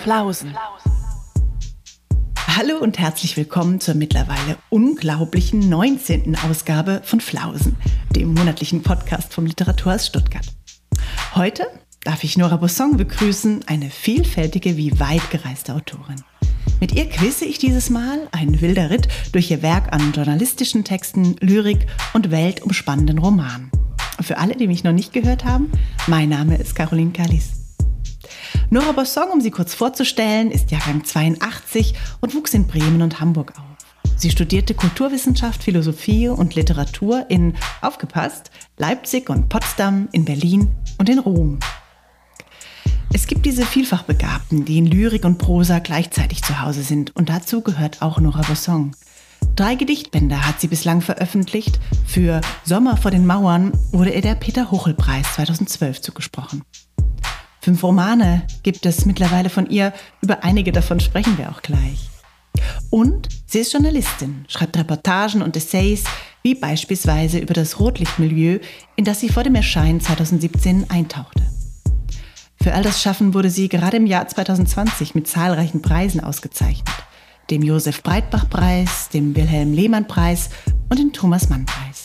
Flausen. Hallo und herzlich willkommen zur mittlerweile unglaublichen 19. Ausgabe von Flausen, dem monatlichen Podcast vom Literaturhaus Stuttgart. Heute darf ich Nora Bosson begrüßen, eine vielfältige wie weit gereiste Autorin. Mit ihr quizze ich dieses Mal ein wilder Ritt durch ihr Werk an journalistischen Texten, Lyrik und weltumspannenden Romanen. Für alle, die mich noch nicht gehört haben, mein Name ist Caroline Kallis. Nora Bosson, um sie kurz vorzustellen, ist Jahrgang 82 und wuchs in Bremen und Hamburg auf. Sie studierte Kulturwissenschaft, Philosophie und Literatur in, aufgepasst, Leipzig und Potsdam, in Berlin und in Rom. Es gibt diese Vielfachbegabten, die in Lyrik und Prosa gleichzeitig zu Hause sind, und dazu gehört auch Nora Bosson. 3 Gedichtbände hat sie bislang veröffentlicht. Für Sommer vor den Mauern wurde ihr der Peter-Huchel-Preis 2012 zugesprochen. 5 Romane gibt es mittlerweile von ihr, über einige davon sprechen wir auch gleich. Und sie ist Journalistin, schreibt Reportagen und Essays, wie beispielsweise über das Rotlichtmilieu, in das sie vor dem Erscheinen 2017 eintauchte. Für all das Schaffen wurde sie gerade im Jahr 2020 mit zahlreichen Preisen ausgezeichnet. Dem Josef-Breitbach-Preis, dem Wilhelm-Lehmann-Preis und dem Thomas-Mann-Preis.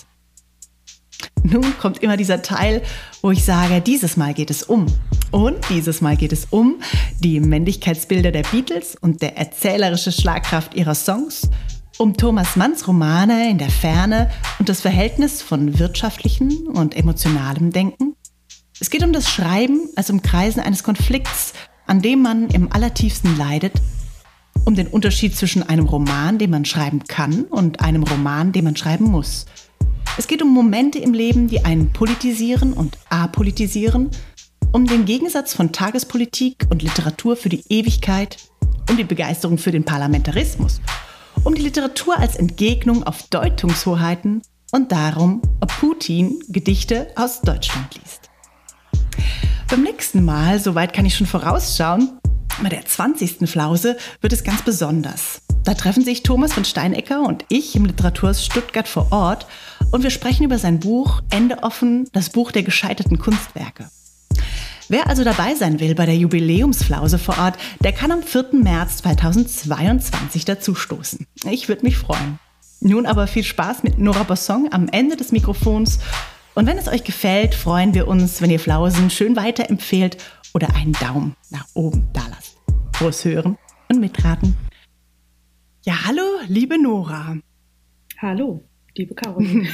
Nun kommt immer dieser Teil, wo ich sage, dieses Mal geht es um. Und dieses Mal geht es um die Männlichkeitsbilder der Beatles und der erzählerische Schlagkraft ihrer Songs, um Thomas Manns Romane in der Ferne und das Verhältnis von wirtschaftlichem und emotionalem Denken. Es geht um das Schreiben als Umkreisen eines Konflikts, an dem man im Allertiefsten leidet, um den Unterschied zwischen einem Roman, den man schreiben kann, und einem Roman, den man schreiben muss. Es geht um Momente im Leben, die einen politisieren und apolitisieren, um den Gegensatz von Tagespolitik und Literatur für die Ewigkeit, um die Begeisterung für den Parlamentarismus, um die Literatur als Entgegnung auf Deutungshoheiten und darum, ob Putin Gedichte aus Deutschland liest. Beim nächsten Mal, soweit kann ich schon vorausschauen, bei der 20. Flause wird es ganz besonders. Da treffen sich Thomas von Steinecker und ich im Literaturhaus Stuttgart vor Ort und wir sprechen über sein Buch Ende offen, das Buch der gescheiterten Kunstwerke. Wer also dabei sein will bei der Jubiläumsflause vor Ort, der kann am 4. März 2022 dazustoßen. Ich würde mich freuen. Nun aber viel Spaß mit Nora Bosson am Ende des Mikrofons. Und wenn es euch gefällt, freuen wir uns, wenn ihr Flausen schön weiterempfehlt oder einen Daumen nach oben dalasst. Frohes Hören und Mitraten. Ja, hallo, liebe Nora. Hallo, liebe Caroline.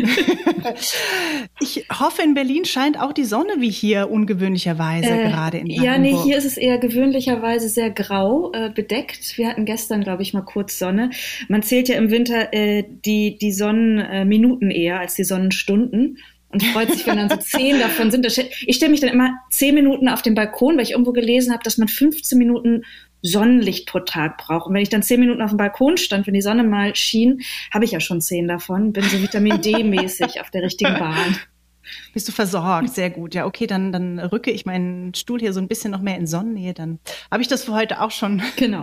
Ich hoffe, in Berlin scheint auch die Sonne wie hier ungewöhnlicherweise gerade in Brandenburg. Ja, nee, hier ist es eher gewöhnlicherweise sehr grau bedeckt. Wir hatten gestern, glaube ich, mal kurz Sonne. Man zählt ja im Winter die Sonnenminuten eher als die Sonnenstunden. Und freut sich, wenn dann so 10 davon sind. Ich stelle mich dann immer 10 Minuten auf den Balkon, weil ich irgendwo gelesen habe, dass man 15 Minuten Sonnenlicht pro Tag braucht. Und wenn ich dann 10 Minuten auf dem Balkon stand, wenn die Sonne mal schien, habe ich ja schon 10 davon. Bin so Vitamin D-mäßig auf der richtigen Bahn. Bist du versorgt? Sehr gut. Ja, okay, dann rücke ich meinen Stuhl hier so ein bisschen noch mehr in Sonnennähe. Dann habe ich das für heute auch schon. Genau.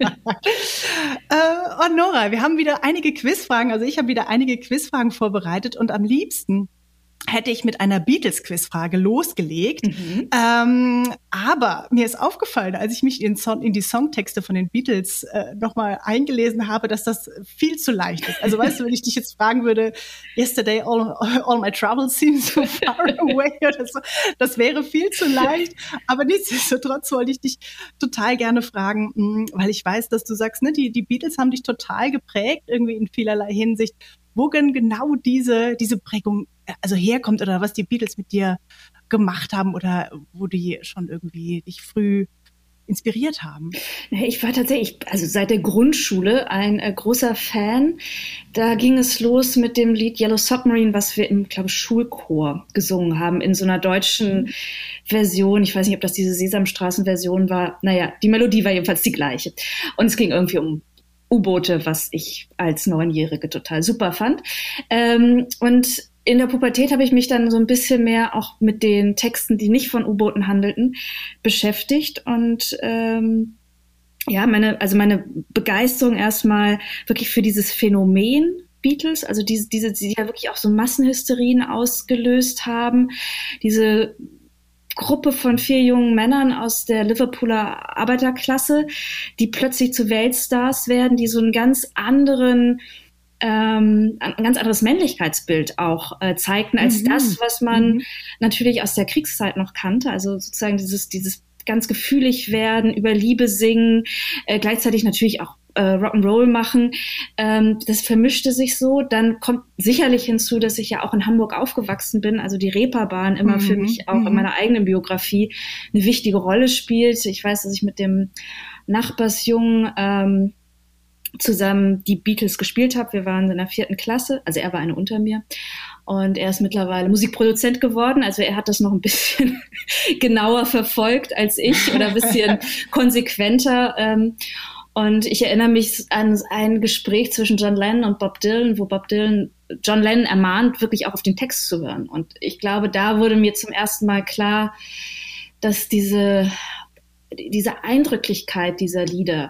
Und Nora, wir haben wieder einige Quizfragen. Also ich habe wieder einige Quizfragen vorbereitet und am liebsten hätte ich mit einer Beatles-Quizfrage losgelegt. Aber mir ist aufgefallen, als ich mich in die Songtexte von den Beatles nochmal eingelesen habe, dass das viel zu leicht ist. Also weißt du, wenn ich dich jetzt fragen würde, Yesterday all my troubles seem so far away oder so, das wäre viel zu leicht. Aber nichtsdestotrotz wollte ich dich total gerne fragen, weil ich weiß, dass du sagst, ne, die Beatles haben dich total geprägt, irgendwie in vielerlei Hinsicht. Wo denn genau diese Prägung also herkommt oder was die Beatles mit dir gemacht haben oder wo die schon irgendwie dich früh inspiriert haben? Ich war tatsächlich, also seit der Grundschule ein großer Fan. Da ging es los mit dem Lied Yellow Submarine, was wir im, glaube ich, Schulchor gesungen haben, in so einer deutschen Version. Ich weiß nicht, ob das diese Sesamstraßen-Version war. Naja, die Melodie war jedenfalls die gleiche. Und es ging irgendwie um U-Boote, was ich als 9-Jährige total super fand. Und in der Pubertät habe ich mich dann so ein bisschen mehr auch mit den Texten, die nicht von U-Booten handelten, beschäftigt. Und meine Begeisterung erstmal wirklich für dieses Phänomen Beatles, also die ja wirklich auch so Massenhysterien ausgelöst haben, diese Gruppe von 4 jungen Männern aus der Liverpooler Arbeiterklasse, die plötzlich zu Weltstars werden, die so einen ganz anderen ein ganz anderes Männlichkeitsbild auch zeigten als das, was man natürlich aus der Kriegszeit noch kannte. Also sozusagen dieses ganz gefühlig werden, über Liebe singen, gleichzeitig natürlich auch Rock'n'Roll machen. Das vermischte sich so. Dann kommt sicherlich hinzu, dass ich ja auch in Hamburg aufgewachsen bin. Also die Reeperbahn immer für mich auch in meiner eigenen Biografie eine wichtige Rolle spielt. Ich weiß, dass ich mit dem Nachbarsjungen zusammen die Beatles gespielt habe. Wir waren in der 4. Klasse, also er war eine unter mir. Und er ist mittlerweile Musikproduzent geworden. Also er hat das noch ein bisschen genauer verfolgt als ich oder ein bisschen konsequenter. Und ich erinnere mich an ein Gespräch zwischen John Lennon und Bob Dylan, wo Bob Dylan John Lennon ermahnt, wirklich auch auf den Text zu hören. Und ich glaube, da wurde mir zum ersten Mal klar, dass diese Eindrücklichkeit dieser Lieder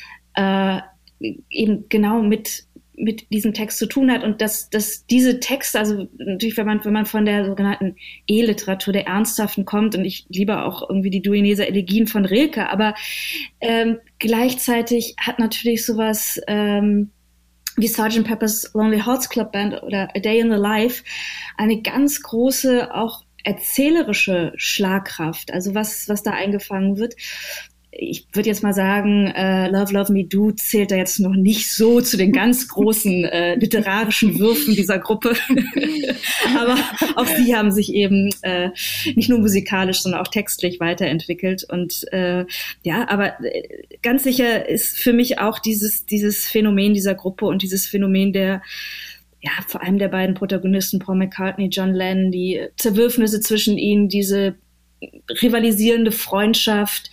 eben genau mit diesem Text zu tun hat und dass diese Texte, also natürlich, wenn man von der sogenannten E-Literatur, der Ernsthaften kommt, und ich liebe auch irgendwie die Duineser Elegien von Rilke, aber gleichzeitig hat natürlich sowas wie Sgt. Pepper's Lonely Hearts Club Band oder A Day in the Life eine ganz große, auch erzählerische Schlagkraft, also was da eingefangen wird. Ich würde jetzt mal sagen, Love, Love Me Do zählt da jetzt noch nicht so zu den ganz großen literarischen Würfen dieser Gruppe. Aber auch sie haben sich eben nicht nur musikalisch, sondern auch textlich weiterentwickelt. Und aber ganz sicher ist für mich auch dieses Phänomen dieser Gruppe und dieses Phänomen vor allem der beiden Protagonisten, Paul McCartney, John Lennon, die Zerwürfnisse zwischen ihnen, diese rivalisierende Freundschaft,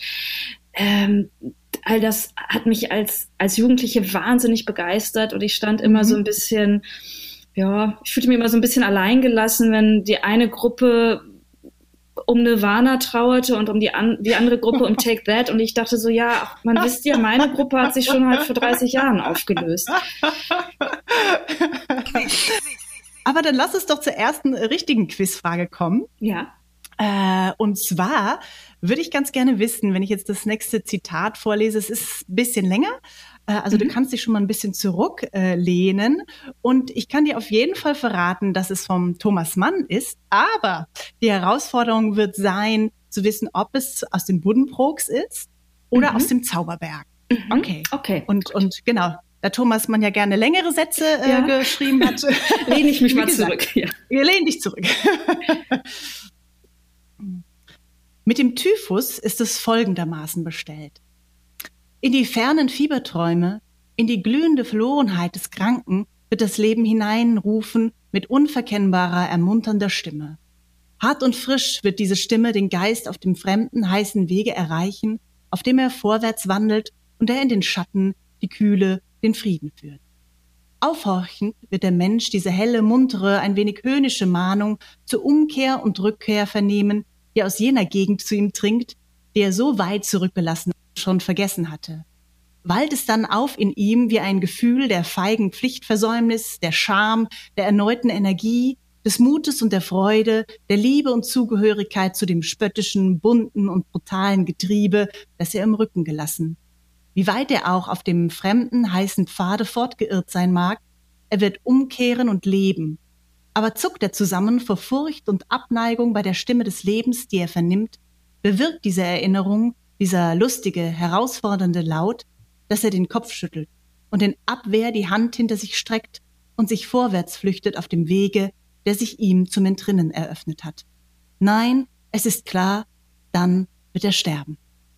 all das hat mich als Jugendliche wahnsinnig begeistert und ich stand immer so ein bisschen, ich fühlte mich immer so ein bisschen alleingelassen, wenn die eine Gruppe um Nirvana trauerte und um die andere Gruppe um Take That und ich dachte so, wisst ihr, meine Gruppe hat sich schon halt vor 30 Jahren aufgelöst. Aber dann lass uns doch zur ersten richtigen Quizfrage kommen. Ja. Und zwar würde ich ganz gerne wissen, wenn ich jetzt das nächste Zitat vorlese, es ist ein bisschen länger, also du kannst dich schon mal ein bisschen zurücklehnen und ich kann dir auf jeden Fall verraten, dass es vom Thomas Mann ist, aber die Herausforderung wird sein, zu wissen, ob es aus dem Buddenbrooks ist oder aus dem Zauberberg. Okay. Und genau, da Thomas Mann ja gerne längere Sätze geschrieben hat, lehne ich mich mal zurück. Ja. Lehn dich zurück. Mit dem Typhus ist es folgendermaßen bestellt. In die fernen Fieberträume, in die glühende Verlorenheit des Kranken wird das Leben hineinrufen mit unverkennbarer, ermunternder Stimme. Hart und frisch wird diese Stimme den Geist auf dem fremden, heißen Wege erreichen, auf dem er vorwärts wandelt und der in den Schatten die Kühle, den Frieden führt. Aufhorchend wird der Mensch diese helle, muntere, ein wenig höhnische Mahnung zur Umkehr und Rückkehr vernehmen, die aus jener Gegend zu ihm dringt, die er so weit zurückgelassen schon vergessen hatte. Wallt es dann auf in ihm wie ein Gefühl der feigen Pflichtversäumnis, der Scham, der erneuten Energie, des Mutes und der Freude, der Liebe und Zugehörigkeit zu dem spöttischen, bunten und brutalen Getriebe, das er im Rücken gelassen. Wie weit er auch auf dem fremden, heißen Pfade fortgeirrt sein mag, er wird umkehren und leben. Aber zuckt er zusammen vor Furcht und Abneigung bei der Stimme des Lebens, die er vernimmt, bewirkt diese Erinnerung, dieser lustige, herausfordernde Laut, dass er den Kopf schüttelt und in Abwehr die Hand hinter sich streckt und sich vorwärts flüchtet auf dem Wege, der sich ihm zum Entrinnen eröffnet hat. Nein, es ist klar, dann wird er sterben.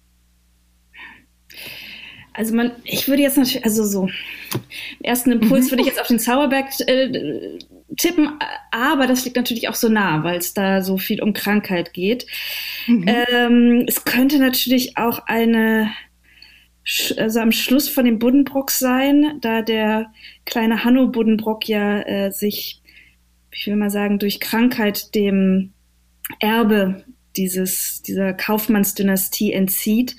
Also ich würde jetzt natürlich, also so, im ersten Impuls würde ich jetzt auf den Zauberberg tippen, aber das liegt natürlich auch so nah, weil es da so viel um Krankheit geht. Es könnte natürlich auch am Schluss von dem Buddenbrook sein, da der kleine Hanno Buddenbrook sich, ich will mal sagen, durch Krankheit dem Erbe dieser Kaufmannsdynastie entzieht.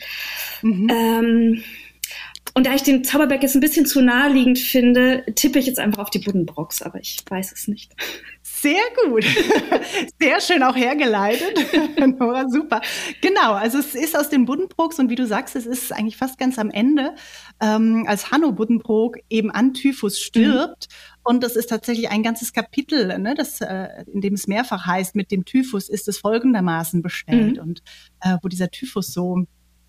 Und da ich den Zauberberg jetzt ein bisschen zu naheliegend finde, tippe ich jetzt einfach auf die Buddenbrooks, aber ich weiß es nicht. Sehr gut. Sehr schön auch hergeleitet. Nora, super. Genau, also es ist aus den Buddenbrooks und wie du sagst, es ist eigentlich fast ganz am Ende, als Hanno Buddenbrook eben an Typhus stirbt. Und das ist tatsächlich ein ganzes Kapitel, ne, in dem es mehrfach heißt, mit dem Typhus ist es folgendermaßen bestellt. Und wo dieser Typhus so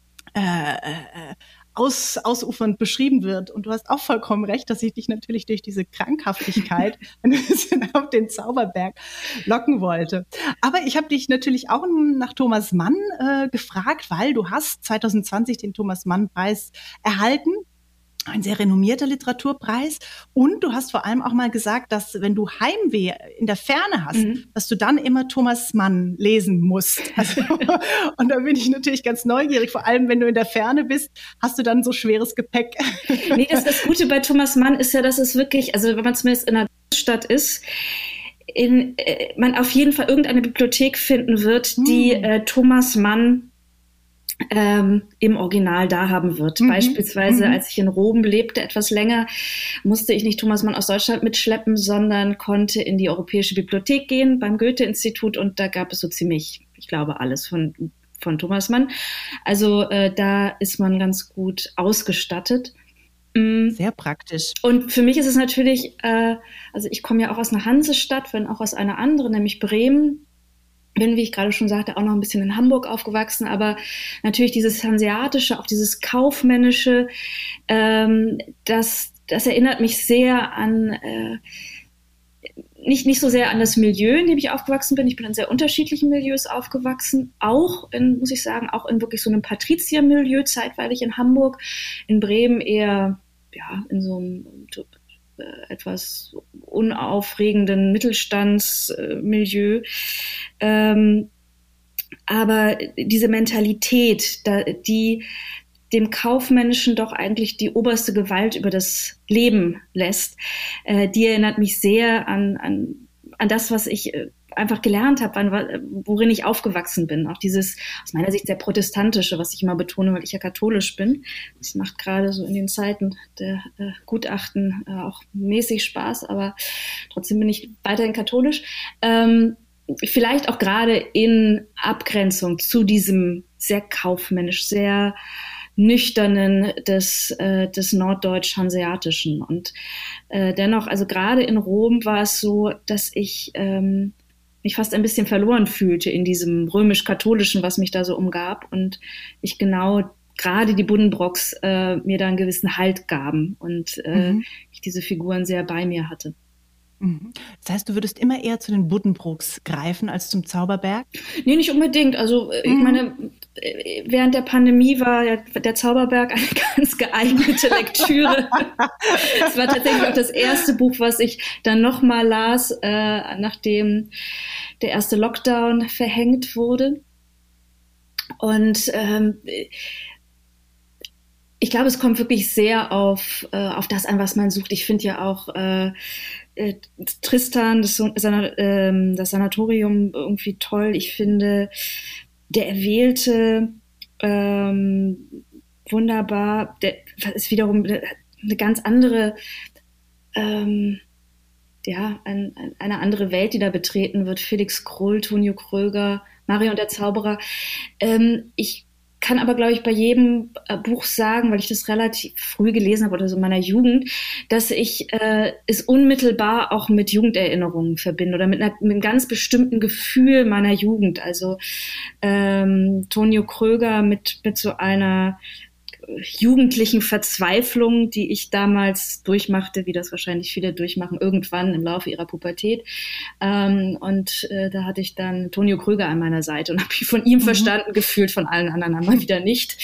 ausufernd beschrieben wird. Und du hast auch vollkommen recht, dass ich dich natürlich durch diese Krankhaftigkeit ein bisschen auf den Zauberberg locken wollte. Aber ich habe dich natürlich auch nach Thomas Mann gefragt, weil du hast 2020 den Thomas Mann Preis erhalten. Ein sehr renommierter Literaturpreis. Und du hast vor allem auch mal gesagt, dass wenn du Heimweh in der Ferne hast, dass du dann immer Thomas Mann lesen musst. Also, und da bin ich natürlich ganz neugierig. Vor allem, wenn du in der Ferne bist, hast du dann so schweres Gepäck. Nee, das Gute bei Thomas Mann ist ja, dass es wirklich, also wenn man zumindest in einer Stadt ist, man auf jeden Fall irgendeine Bibliothek finden wird, die Thomas Mann im Original da haben wird. Beispielsweise, als ich in Rom lebte, etwas länger, musste ich nicht Thomas Mann aus Deutschland mitschleppen, sondern konnte in die Europäische Bibliothek gehen beim Goethe-Institut und da gab es so ziemlich, ich glaube, alles von Thomas Mann. Also da ist man ganz gut ausgestattet. Sehr praktisch. Und für mich ist es natürlich, also ich komme ja auch aus einer Hansestadt, wenn auch aus einer anderen, nämlich Bremen. Bin, wie ich gerade schon sagte, auch noch ein bisschen in Hamburg aufgewachsen, aber natürlich dieses Hanseatische, auch dieses Kaufmännische, das erinnert mich sehr an, nicht so sehr an das Milieu, in dem ich aufgewachsen bin. Ich bin in sehr unterschiedlichen Milieus aufgewachsen, muss ich sagen, auch in wirklich so einem Patriziermilieu, zeitweilig in Hamburg, in Bremen eher, ja, in so einem etwas unaufregenden Mittelstandsmilieu. Aber diese Mentalität, die dem Kaufmännischen doch eigentlich die oberste Gewalt über das Leben lässt, die erinnert mich sehr an das, was ich einfach gelernt habe, worin ich aufgewachsen bin. Auch dieses aus meiner Sicht sehr protestantische, was ich immer betone, weil ich ja katholisch bin. Das macht gerade so in den Zeiten der Gutachten auch mäßig Spaß, aber trotzdem bin ich weiterhin katholisch. Vielleicht auch gerade in Abgrenzung zu diesem sehr kaufmännisch, sehr nüchternen des norddeutsch-hanseatischen. Und dennoch, also gerade in Rom war es so, dass ich mich fast ein bisschen verloren fühlte in diesem römisch-katholischen, was mich da so umgab. Und ich genau gerade die Buddenbrooks mir da einen gewissen Halt gaben und ich diese Figuren sehr bei mir hatte. Das heißt, du würdest immer eher zu den Buddenbrooks greifen als zum Zauberberg? Nee, nicht unbedingt. Also ich meine, während der Pandemie war ja der Zauberberg eine ganz geeignete Lektüre. Es war tatsächlich auch das erste Buch, was ich dann nochmal las, nachdem der erste Lockdown verhängt wurde. Und ich glaube, es kommt wirklich sehr auf das an, was man sucht. Ich finde ja auch Tristan, das Sanatorium irgendwie toll. Ich finde der Erwählte wunderbar. Der ist wiederum eine ganz andere, eine andere Welt, die da betreten wird. Felix Krull, Tonio Kröger, Mario und der Zauberer. Ich kann aber, glaube ich, bei jedem Buch sagen, weil ich das relativ früh gelesen habe oder so in meiner Jugend, dass ich es unmittelbar auch mit Jugenderinnerungen verbinde oder mit einem ganz bestimmten Gefühl meiner Jugend. Also Tonio Kröger mit so einer jugendlichen Verzweiflung, die ich damals durchmachte, wie das wahrscheinlich viele durchmachen, irgendwann im Laufe ihrer Pubertät. Da hatte ich dann Tonio Kröger an meiner Seite und habe mich von ihm verstanden gefühlt, von allen anderen einmal wieder nicht.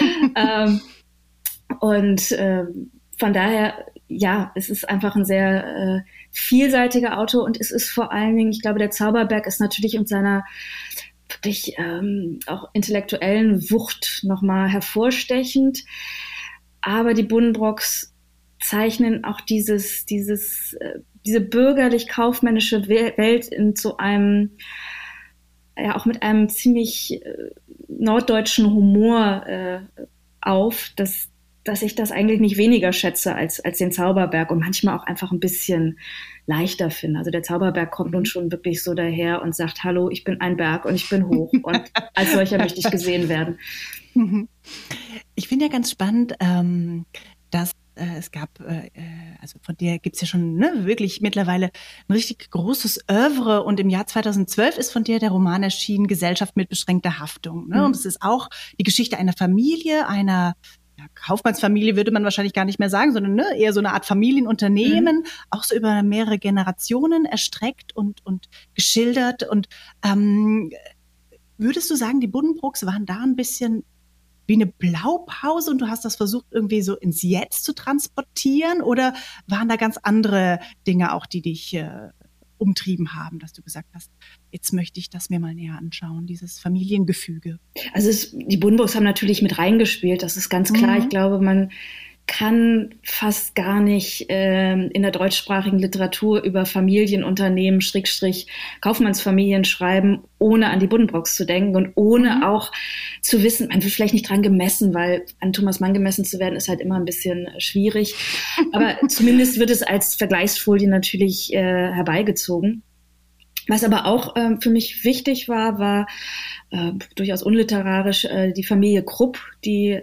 Von daher, ja, es ist einfach ein sehr vielseitiger Autor und es ist vor allen Dingen, ich glaube, der Zauberberg ist natürlich mit seiner wirklich auch intellektuellen Wucht nochmal hervorstechend. Aber die Buddenbrooks zeichnen auch diese bürgerlich-kaufmännische Welt in so einem, ja auch mit einem ziemlich norddeutschen Humor auf, dass ich das eigentlich nicht weniger schätze als den Zauberberg und manchmal auch einfach ein bisschen leichter finde. Also der Zauberberg kommt nun schon wirklich so daher und sagt, hallo, ich bin ein Berg und ich bin hoch und als solcher möchte ich gesehen werden. Ich finde ja ganz spannend, dass es gab, also von dir gibt's ja schon wirklich mittlerweile ein richtig großes Oeuvre und im Jahr 2012 ist von dir der Roman erschienen, Gesellschaft mit beschränkter Haftung. Ne? Und es ist auch die Geschichte einer Familie, einer Kaufmannsfamilie würde man wahrscheinlich gar nicht mehr sagen, sondern eher so eine Art Familienunternehmen, auch so über mehrere Generationen erstreckt und geschildert. Und würdest du sagen, die Buddenbrooks waren da ein bisschen wie eine Blaupause und du hast das versucht, irgendwie so ins Jetzt zu transportieren? Oder waren da ganz andere Dinge auch, die dich umtrieben haben, dass du gesagt hast, jetzt möchte ich das mir mal näher anschauen, dieses Familiengefüge? Also die Buddenbrooks haben natürlich mit reingespielt, das ist ganz klar. Ich glaube, man kann fast gar nicht in der deutschsprachigen Literatur über Familienunternehmen, Kaufmannsfamilien schreiben, ohne an die Buddenbrooks zu denken und ohne auch zu wissen, man wird vielleicht nicht dran gemessen, weil an Thomas Mann gemessen zu werden, ist halt immer ein bisschen schwierig. Aber zumindest wird es als Vergleichsfolie natürlich herbeigezogen. Was aber auch für mich wichtig war durchaus unliterarisch die Familie Krupp, die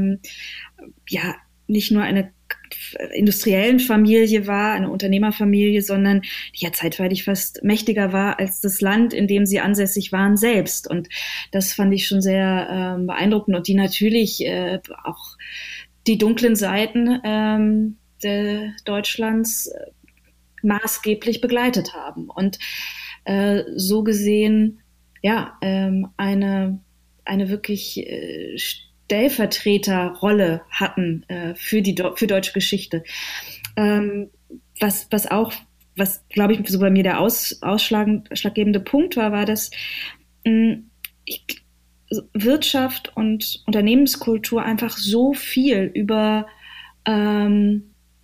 nicht nur eine industriellen Familie war, eine Unternehmerfamilie, sondern die ja zeitweilig fast mächtiger war als das Land, in dem sie ansässig waren, selbst. Und das fand ich schon sehr beeindruckend und die natürlich auch die dunklen Seiten Deutschlands maßgeblich begleitet haben. Und so gesehen, eine wirklich Stellvertreterrolle hatten für deutsche Geschichte. Was glaube ich so bei mir der ausschlaggebende Punkt war, dass Wirtschaft und Unternehmenskultur einfach so viel über eine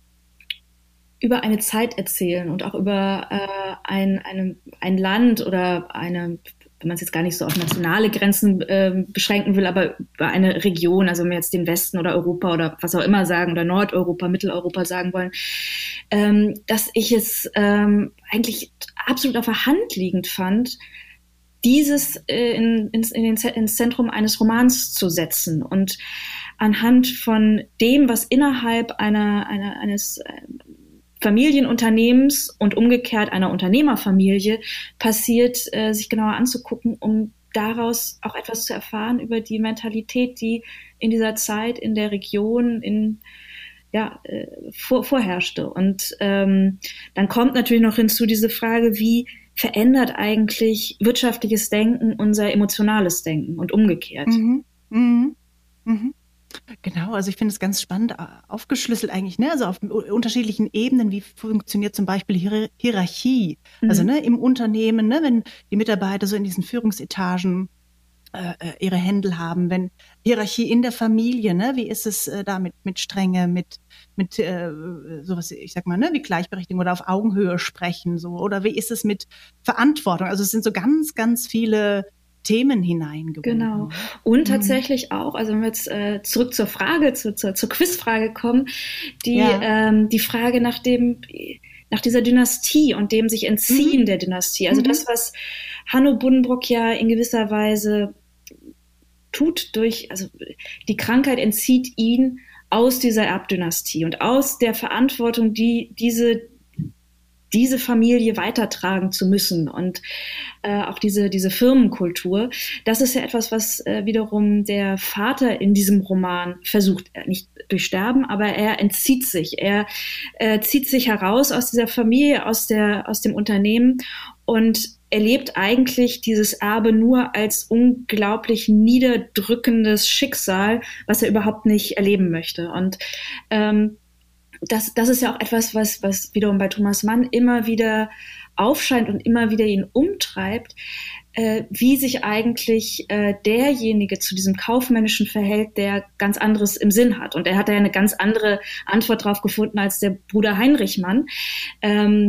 Zeit erzählen und auch über ein Land oder wenn man es jetzt gar nicht so auf nationale Grenzen beschränken will, aber über eine Region, also wenn wir jetzt den Westen oder Europa oder was auch immer sagen oder Nordeuropa, Mitteleuropa sagen wollen, dass ich es eigentlich absolut auf der Hand liegend fand, dieses ins Zentrum eines Romans zu setzen und anhand von dem, was innerhalb eines Familienunternehmens und umgekehrt einer Unternehmerfamilie passiert, sich genauer anzugucken, um daraus auch etwas zu erfahren über die Mentalität, die in dieser Zeit in der Region vorherrschte. Und dann kommt natürlich noch hinzu diese Frage, wie verändert eigentlich wirtschaftliches Denken unser emotionales Denken und umgekehrt. Genau, also ich finde es ganz spannend aufgeschlüsselt eigentlich, also auf unterschiedlichen Ebenen, wie funktioniert zum Beispiel Hierarchie, also im Unternehmen, wenn die Mitarbeiter so in diesen Führungsetagen ihre Händel haben, wenn Hierarchie in der Familie, wie ist es da mit Strenge, mit sowas, ich sag mal, wie Gleichberechtigung oder auf Augenhöhe sprechen, so, oder wie ist es mit Verantwortung? Also es sind so ganz, ganz viele Themen hineingewoben. Genau. Und tatsächlich auch, also wenn wir jetzt zurück zur Frage, zur Quizfrage kommen, die Frage nach dieser Dynastie und dem sich Entziehen der Dynastie. Also das, was Hanno Buddenbrook ja in gewisser Weise tut also die Krankheit entzieht ihn aus dieser Erbdynastie und aus der Verantwortung, die diese Familie weitertragen zu müssen und auch diese Firmenkultur. Das ist ja etwas, was wiederum der Vater in diesem Roman versucht, nicht durch Sterben, aber er entzieht sich. Er zieht sich heraus aus dieser Familie, aus dem Unternehmen und erlebt eigentlich dieses Erbe nur als unglaublich niederdrückendes Schicksal, was er überhaupt nicht erleben möchte. Und das ist ja auch etwas, was wiederum bei Thomas Mann immer wieder aufscheint und immer wieder ihn umtreibt, wie sich eigentlich derjenige zu diesem Kaufmännischen verhält, der ganz anderes im Sinn hat. Und er hat ja eine ganz andere Antwort drauf gefunden als der Bruder Heinrich Mann.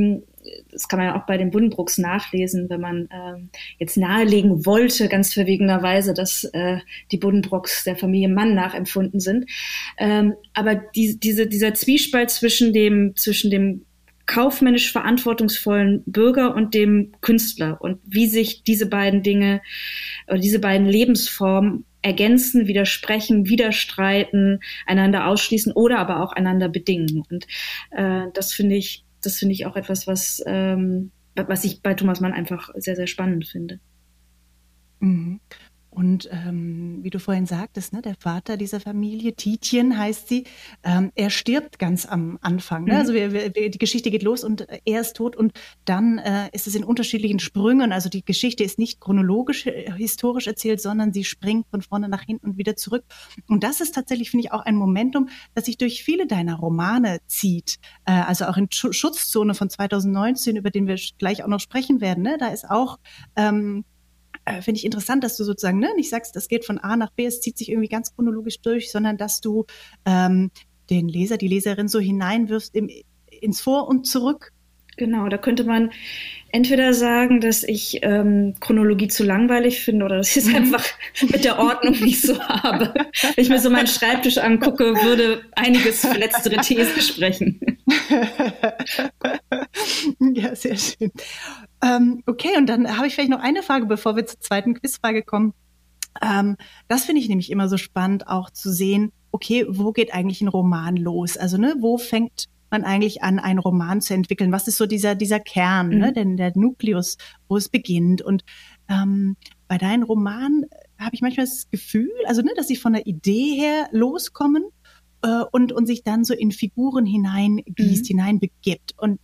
das kann man ja auch bei den Buddenbrooks nachlesen, wenn man jetzt nahelegen wollte, ganz verwegenerweise, dass die Buddenbrooks der Familie Mann nachempfunden sind. Aber dieser Zwiespalt zwischen dem kaufmännisch verantwortungsvollen Bürger und dem Künstler und wie sich diese beiden Dinge oder diese beiden Lebensformen ergänzen, widersprechen, widerstreiten, einander ausschließen oder aber auch einander bedingen. Und das finde ich auch etwas, was ich bei Thomas Mann einfach sehr, sehr spannend finde. Mhm. Und wie du vorhin sagtest, ne, der Vater dieser Familie, Tietjen heißt sie, er stirbt ganz am Anfang. Ne? Also die Geschichte geht los und er ist tot und dann ist es in unterschiedlichen Sprüngen. Also die Geschichte ist nicht chronologisch, historisch erzählt, sondern sie springt von vorne nach hinten und wieder zurück. Und das ist tatsächlich, finde ich, auch ein Momentum, das sich durch viele deiner Romane zieht. Also auch in Schutzzone von 2019, über den wir gleich auch noch sprechen werden. Ne? Da ist auch finde ich interessant, dass du sozusagen nicht sagst, das geht von A nach B, es zieht sich irgendwie ganz chronologisch durch, sondern dass du den Leser, die Leserin so hineinwirfst ins Vor und zurück. Genau, da könnte man entweder sagen, dass ich Chronologie zu langweilig finde oder dass ich es einfach mit der Ordnung nicht so habe. Wenn ich mir so meinen Schreibtisch angucke, würde einiges für letztere These sprechen. Ja, sehr schön. Okay, und dann habe ich vielleicht noch eine Frage, bevor wir zur zweiten Quizfrage kommen. Das finde ich nämlich immer so spannend, auch zu sehen, okay, wo geht eigentlich ein Roman los? Also, wo fängt man eigentlich an, einen Roman zu entwickeln? Was ist so dieser Kern, denn der Nukleus, wo es beginnt? Und bei deinen Romanen habe ich manchmal das Gefühl, also dass sie von der Idee her loskommen und sich dann so in Figuren hineingießt, hineinbegibt. Und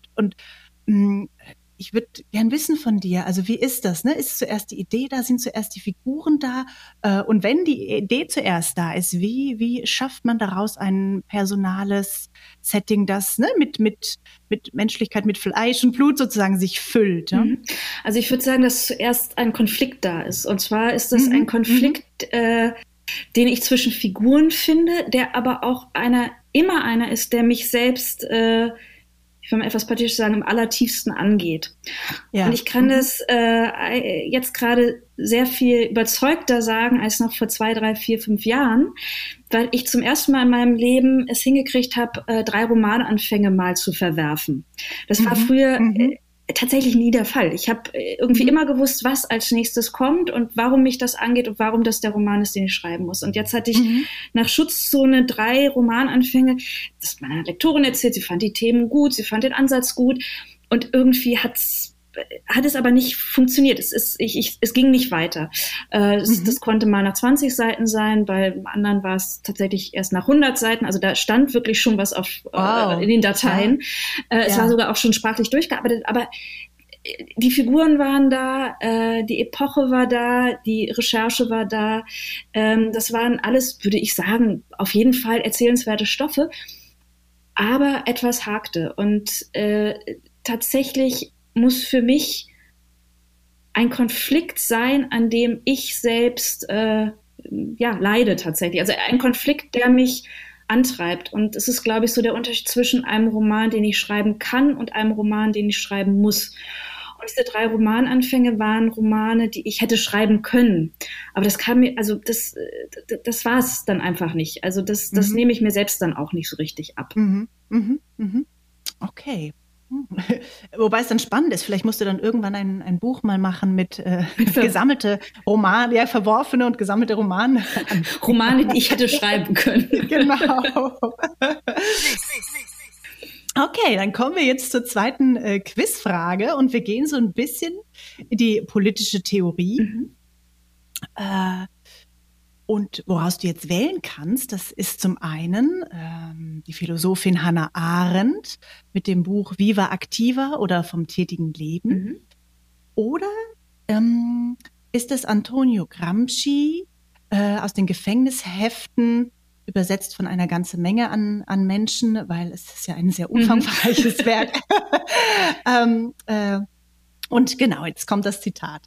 ich würde gern wissen von dir, also wie ist das? Ist zuerst die Idee da, sind zuerst die Figuren da? Und wenn die Idee zuerst da ist, wie schafft man daraus ein personales Setting, das mit Menschlichkeit, mit Fleisch und Blut sozusagen sich füllt? Ja? Also ich würde sagen, dass zuerst ein Konflikt da ist. Und zwar ist das ein Konflikt, den ich zwischen Figuren finde, der aber auch immer einer ist, der mich selbst ich will mal etwas pathetisch sagen, im allertiefsten angeht. Ja. Und ich kann das jetzt gerade sehr viel überzeugter sagen als noch vor 2, 3, 4, 5 Jahren, weil ich zum ersten Mal in meinem Leben es hingekriegt habe, 3 Romananfänge mal zu verwerfen. Das war früher tatsächlich nie der Fall. Ich habe irgendwie immer gewusst, was als nächstes kommt und warum mich das angeht und warum das der Roman ist, den ich schreiben muss. Und jetzt hatte ich nach Schutzzone 3 Romananfänge, das meiner Lektorin erzählt, sie fand die Themen gut, sie fand den Ansatz gut und irgendwie hat es aber nicht funktioniert. Es ging nicht weiter. Das konnte mal nach 20 Seiten sein, bei anderen war es tatsächlich erst nach 100 Seiten. Also da stand wirklich schon was in den Dateien. Ja. Es war sogar auch schon sprachlich durchgearbeitet, aber die Figuren waren da, die Epoche war da, die Recherche war da. Das waren alles, würde ich sagen, auf jeden Fall erzählenswerte Stoffe. Aber etwas hakte und tatsächlich muss für mich ein Konflikt sein, an dem ich selbst leide tatsächlich. Also ein Konflikt, der mich antreibt. Und es ist, glaube ich, so der Unterschied zwischen einem Roman, den ich schreiben kann und einem Roman, den ich schreiben muss. Und diese 3 Romananfänge waren Romane, die ich hätte schreiben können. Aber das kam mir, also das war es dann einfach nicht. Also das nehme ich mir selbst dann auch nicht so richtig ab. Okay. Wobei es dann spannend ist, vielleicht musst du dann irgendwann ein Buch mal machen mit gesammelte Romane, ja, verworfene und gesammelte Romane. Romane, die ich hätte schreiben können. Genau. Okay, dann kommen wir jetzt zur zweiten Quizfrage und wir gehen so ein bisschen in die politische Theorie. Und woraus du jetzt wählen kannst, das ist zum einen die Philosophin Hannah Arendt mit dem Buch Viva Activa oder vom tätigen Leben. Oder ist es Antonio Gramsci aus den Gefängnisheften, übersetzt von einer ganzen Menge an Menschen, weil es ist ja ein sehr umfangreiches Werk. Und genau, jetzt kommt das Zitat.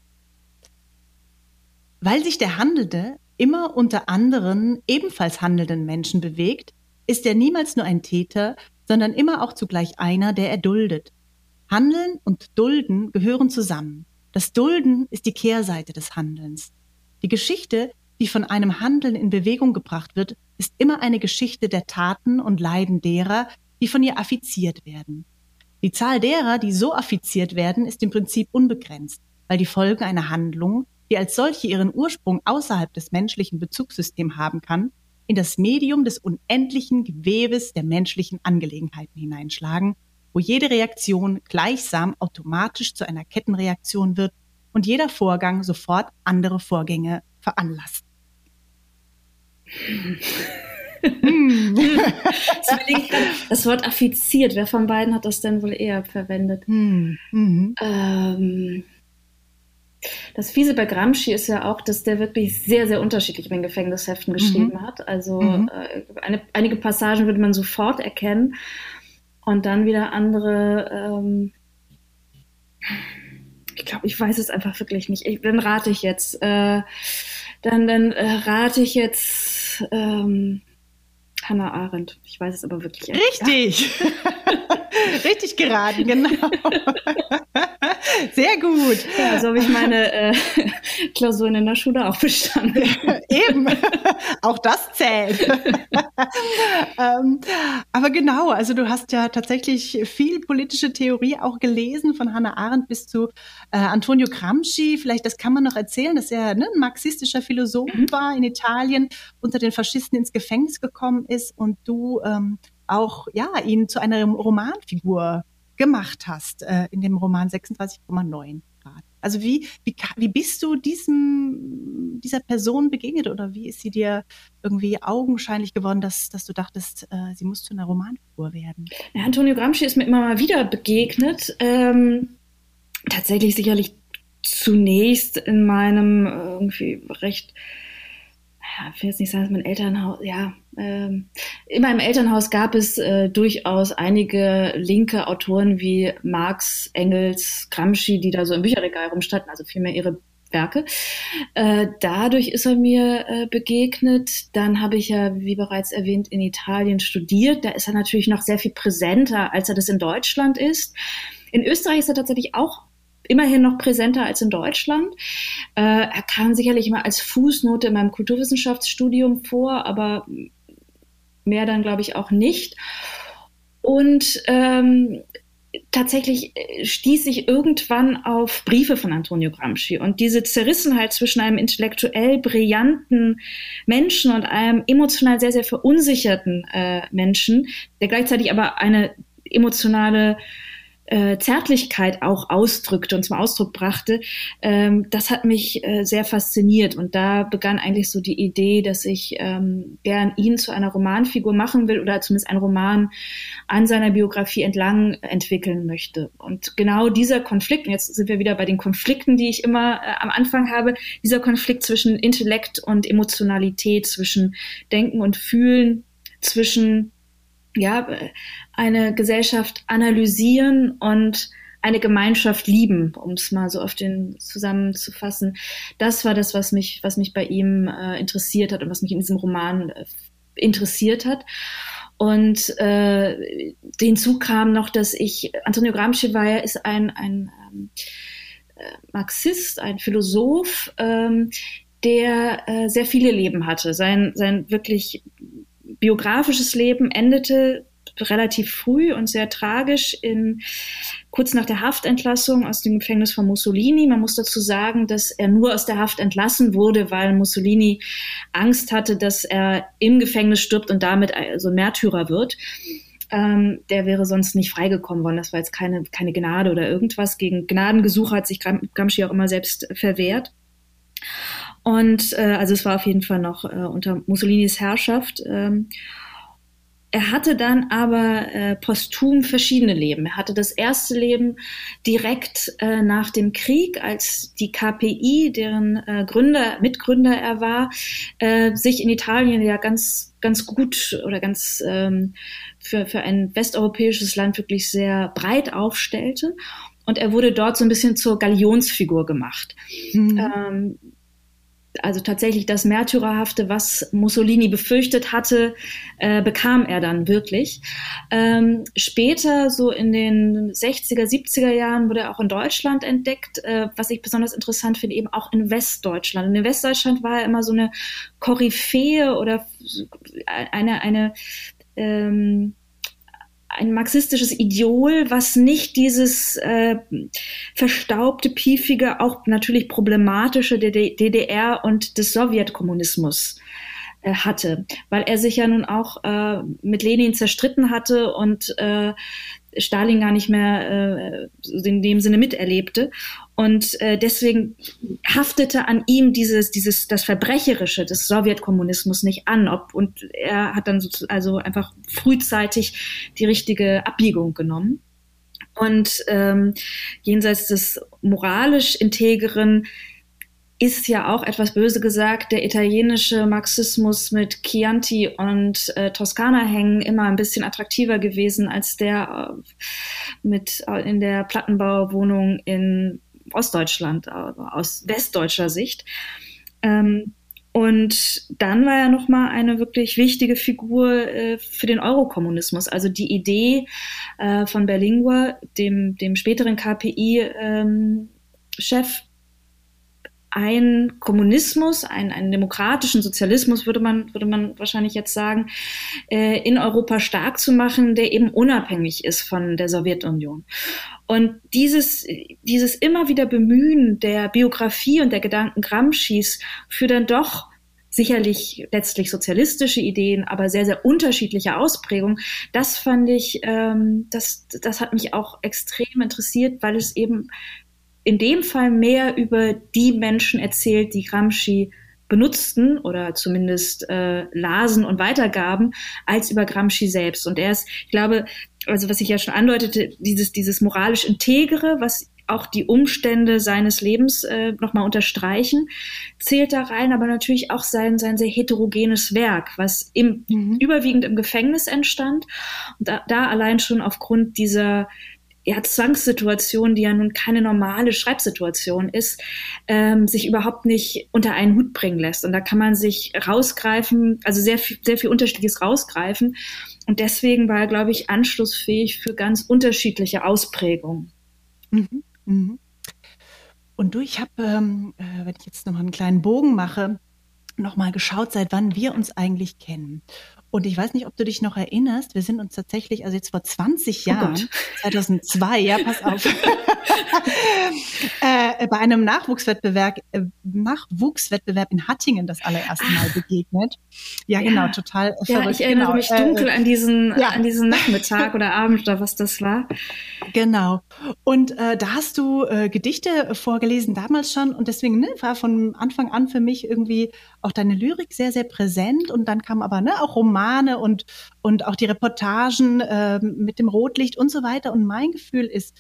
Weil sich der Handelnde immer unter anderen, ebenfalls handelnden Menschen bewegt, ist er niemals nur ein Täter, sondern immer auch zugleich einer, der erduldet. Handeln und Dulden gehören zusammen. Das Dulden ist die Kehrseite des Handelns. Die Geschichte, die von einem Handeln in Bewegung gebracht wird, ist immer eine Geschichte der Taten und Leiden derer, die von ihr affiziert werden. Die Zahl derer, die so affiziert werden, ist im Prinzip unbegrenzt, weil die Folgen einer Handlung, die als solche ihren Ursprung außerhalb des menschlichen Bezugssystems haben kann, in das Medium des unendlichen Gewebes der menschlichen Angelegenheiten hineinschlagen, wo jede Reaktion gleichsam automatisch zu einer Kettenreaktion wird und jeder Vorgang sofort andere Vorgänge veranlasst. Das Wort affiziert, wer von beiden hat das denn wohl eher verwendet? Das Fiese bei Gramsci ist ja auch, dass der wirklich sehr, sehr unterschiedlich in den Gefängnisheften geschrieben hat. Also einige Passagen würde man sofort erkennen und dann wieder andere, ich glaube, ich weiß es einfach wirklich nicht. Dann rate ich jetzt. Rate ich jetzt Hannah Arendt. Ich weiß es aber wirklich nicht. Richtig! Richtig geraten, genau. Sehr gut. Ja, so habe ich meine Klausuren in der Schule auch bestanden. Eben, auch das zählt. Aber genau, also du hast ja tatsächlich viel politische Theorie auch gelesen, von Hannah Arendt bis zu Antonio Gramsci. Vielleicht, das kann man noch erzählen, dass er ein marxistischer Philosoph war in Italien, unter den Faschisten ins Gefängnis gekommen ist und du auch ihn zu einer Romanfigur gemacht hast, in dem Roman 36,9 Grad. Also wie bist du dieser Person begegnet oder wie ist sie dir irgendwie augenscheinlich geworden, dass du dachtest, sie muss zu einer Romanfigur werden? Ja, Antonio Gramsci ist mir immer mal wieder begegnet. Tatsächlich sicherlich zunächst in meinem irgendwie recht, ich will jetzt nicht sagen, dass mein Elternhaus, in meinem Elternhaus gab es durchaus einige linke Autoren wie Marx, Engels, Gramsci, die da so im Bücherregal rumstanden, also vielmehr ihre Werke. Dadurch ist er mir begegnet. Dann habe ich ja, wie bereits erwähnt, in Italien studiert. Da ist er natürlich noch sehr viel präsenter, als er das in Deutschland ist. In Österreich ist er tatsächlich auch immerhin noch präsenter als in Deutschland. Er kam sicherlich mal als Fußnote in meinem Kulturwissenschaftsstudium vor, aber mehr dann, glaube ich, auch nicht. Und tatsächlich stieß ich irgendwann auf Briefe von Antonio Gramsci. Und diese Zerrissenheit zwischen einem intellektuell brillanten Menschen und einem emotional sehr, sehr verunsicherten Menschen, der gleichzeitig aber eine emotionale Zärtlichkeit auch ausdrückte und zum Ausdruck brachte, das hat mich sehr fasziniert. Und da begann eigentlich so die Idee, dass ich gern ihn zu einer Romanfigur machen will oder zumindest einen Roman an seiner Biografie entlang entwickeln möchte. Und genau dieser Konflikt, und jetzt sind wir wieder bei den Konflikten, die ich immer am Anfang habe, dieser Konflikt zwischen Intellekt und Emotionalität, zwischen Denken und Fühlen, zwischen eine Gesellschaft analysieren und eine Gemeinschaft lieben, um es mal so auf den zusammenzufassen. Das war das, was mich bei ihm interessiert hat und was mich in diesem Roman interessiert hat. Und hinzu kam noch, dass Antonio Gramsci ist ein Marxist, ein Philosoph, der sehr viele Leben hatte. Sein wirklich biografisches Leben endete relativ früh und sehr tragisch kurz nach der Haftentlassung aus dem Gefängnis von Mussolini. Man muss dazu sagen, dass er nur aus der Haft entlassen wurde, weil Mussolini Angst hatte, dass er im Gefängnis stirbt und damit also Märtyrer wird. Der wäre sonst nicht freigekommen worden. Das war jetzt keine Gnade oder irgendwas. Gegen Gnadengesuche hat sich Gramsci auch immer selbst verwehrt. Und also es war auf jeden Fall noch unter Mussolinis Herrschaft. Er hatte dann aber posthum verschiedene Leben. Er hatte das erste Leben direkt nach dem Krieg, als die KPI, deren Mitgründer er war, sich in Italien ja ganz gut oder ganz für ein westeuropäisches Land wirklich sehr breit aufstellte. Und er wurde dort so ein bisschen zur Galionsfigur gemacht. also tatsächlich das Märtyrerhafte, was Mussolini befürchtet hatte, bekam er dann wirklich. Später, so in den 60er, 70er Jahren, wurde er auch in Deutschland entdeckt, was ich besonders interessant finde, eben auch in Westdeutschland. Und in Westdeutschland war er immer so eine Koryphäe oder ein marxistisches Idol, was nicht dieses verstaubte, piefige, auch natürlich problematische der DDR und des Sowjetkommunismus hatte, weil er sich ja nun auch mit Lenin zerstritten hatte und Stalin gar nicht mehr in dem Sinne miterlebte. Und deswegen haftete an ihm das Verbrecherische des Sowjetkommunismus nicht an. Und er hat dann also einfach frühzeitig die richtige Abbiegung genommen. Und jenseits des moralisch Integeren ist ja auch etwas böse gesagt, der italienische Marxismus mit Chianti und Toskana-Hängen immer ein bisschen attraktiver gewesen als der in der Plattenbauwohnung in Ostdeutschland, aus westdeutscher Sicht. Und dann war er nochmal eine wirklich wichtige Figur für den Eurokommunismus. Also die Idee von Berlinguer, dem späteren KPI-Chef, ein Kommunismus, einen demokratischen Sozialismus, würde man wahrscheinlich jetzt sagen, in Europa stark zu machen, der eben unabhängig ist von der Sowjetunion. Und dieses immer wieder Bemühen der Biografie und der Gedanken Gramscis für dann doch sicherlich letztlich sozialistische Ideen, aber sehr, sehr unterschiedliche Ausprägungen, das fand ich, das hat mich auch extrem interessiert, weil es eben in dem Fall mehr über die Menschen erzählt, die Gramsci benutzten oder zumindest lasen und weitergaben, als über Gramsci selbst. Und er ist, ich glaube, also was ich ja schon andeutete, dieses moralisch Integere, was auch die Umstände seines Lebens nochmal unterstreichen, zählt da rein, aber natürlich auch sein sehr heterogenes Werk, was überwiegend im Gefängnis entstand. Und da allein schon aufgrund dieser Zwangssituation, die ja nun keine normale Schreibsituation ist, sich überhaupt nicht unter einen Hut bringen lässt. Und da kann man sich rausgreifen, also sehr viel Unterschiedliches rausgreifen. Und deswegen war er, glaube ich, anschlussfähig für ganz unterschiedliche Ausprägungen. Mhm. Mhm. Und ich habe, wenn ich jetzt nochmal einen kleinen Bogen mache, nochmal geschaut, seit wann wir uns eigentlich kennen. Und ich weiß nicht, ob du dich noch erinnerst, wir sind uns tatsächlich, also jetzt vor 20 Jahren, 2002, ja, pass auf, bei einem Nachwuchswettbewerb in Hattingen das allererste Mal begegnet. Ja, genau, total verrückt. Ich erinnere mich dunkel an diesen Nachmittag oder Abend oder was das war. Genau. Und da hast du Gedichte vorgelesen, damals schon. Und deswegen war von Anfang an für mich irgendwie auch deine Lyrik sehr, sehr präsent. Und dann kamen aber auch Romane und auch die Reportagen mit dem Rotlicht und so weiter. Und mein Gefühl ist,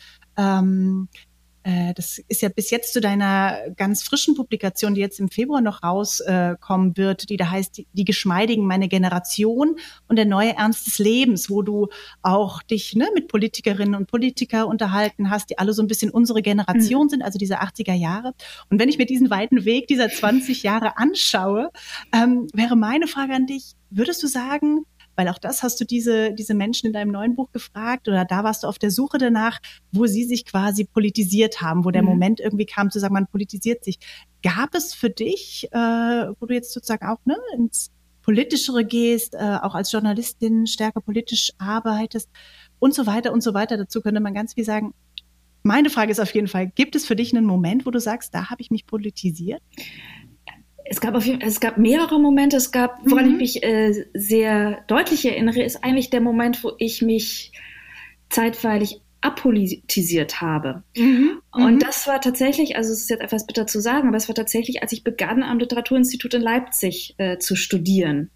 das ist ja bis jetzt zu deiner ganz frischen Publikation, die jetzt im Februar noch rauskommen wird, die da heißt, die Geschmeidigen, meine Generation und der neue Ernst des Lebens, wo du auch dich mit Politikerinnen und Politikern unterhalten hast, die alle so ein bisschen unsere Generation sind, also diese 80er Jahre. Und wenn ich mir diesen weiten Weg dieser 20 Jahre anschaue, wäre meine Frage an dich, würdest du sagen, weil auch das hast du diese Menschen in deinem neuen Buch gefragt oder da warst du auf der Suche danach, wo sie sich quasi politisiert haben, wo der Moment irgendwie kam zu sagen, man politisiert sich. Gab es für dich, wo du jetzt sozusagen auch ins Politischere gehst, auch als Journalistin stärker politisch arbeitest und so weiter und so weiter, dazu könnte man ganz viel sagen. Meine Frage ist auf jeden Fall, gibt es für dich einen Moment, wo du sagst, da habe ich mich politisiert? Es gab mehrere Momente. Woran ich mich sehr deutlich erinnere, ist eigentlich der Moment, wo ich mich zeitweilig apolitisiert habe. Und das war tatsächlich, also es ist jetzt etwas bitter zu sagen, aber es war tatsächlich, als ich begann, am Literaturinstitut in Leipzig zu studieren.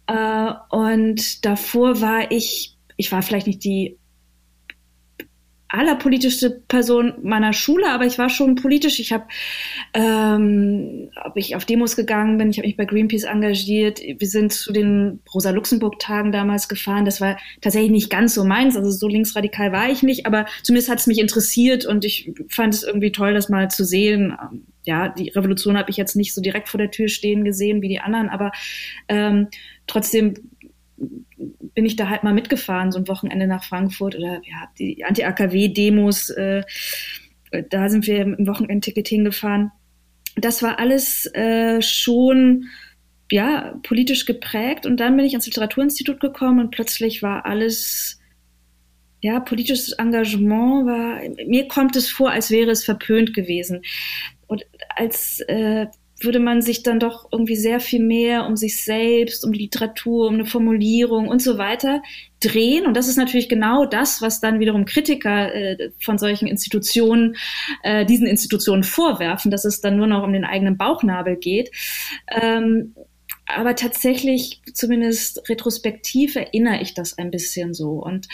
Und davor war ich war vielleicht nicht die allerpolitischste Person meiner Schule, aber ich war schon politisch. Ich habe, ob ich auf Demos gegangen bin, ich habe mich bei Greenpeace engagiert. Wir sind zu den Rosa-Luxemburg-Tagen damals gefahren. Das war tatsächlich nicht ganz so meins, also so linksradikal war ich nicht, aber zumindest hat es mich interessiert und ich fand es irgendwie toll, das mal zu sehen. Ja, die Revolution habe ich jetzt nicht so direkt vor der Tür stehen gesehen wie die anderen, aber trotzdem bin ich da halt mal mitgefahren, so ein Wochenende nach Frankfurt oder ja, die Anti-AKW-Demos, da sind wir im Wochenendticket hingefahren. Das war alles schon ja, politisch geprägt und dann bin ich ans Literaturinstitut gekommen und plötzlich war alles, ja, politisches Engagement war, mir kommt es vor, als wäre es verpönt gewesen und als würde man sich dann doch irgendwie sehr viel mehr um sich selbst, um die Literatur, um eine Formulierung und so weiter drehen. Und das ist natürlich genau das, was dann wiederum Kritiker von solchen Institutionen, diesen Institutionen vorwerfen, dass es dann nur noch um den eigenen Bauchnabel geht. Aber tatsächlich, zumindest retrospektiv, erinnere ich das ein bisschen so. Und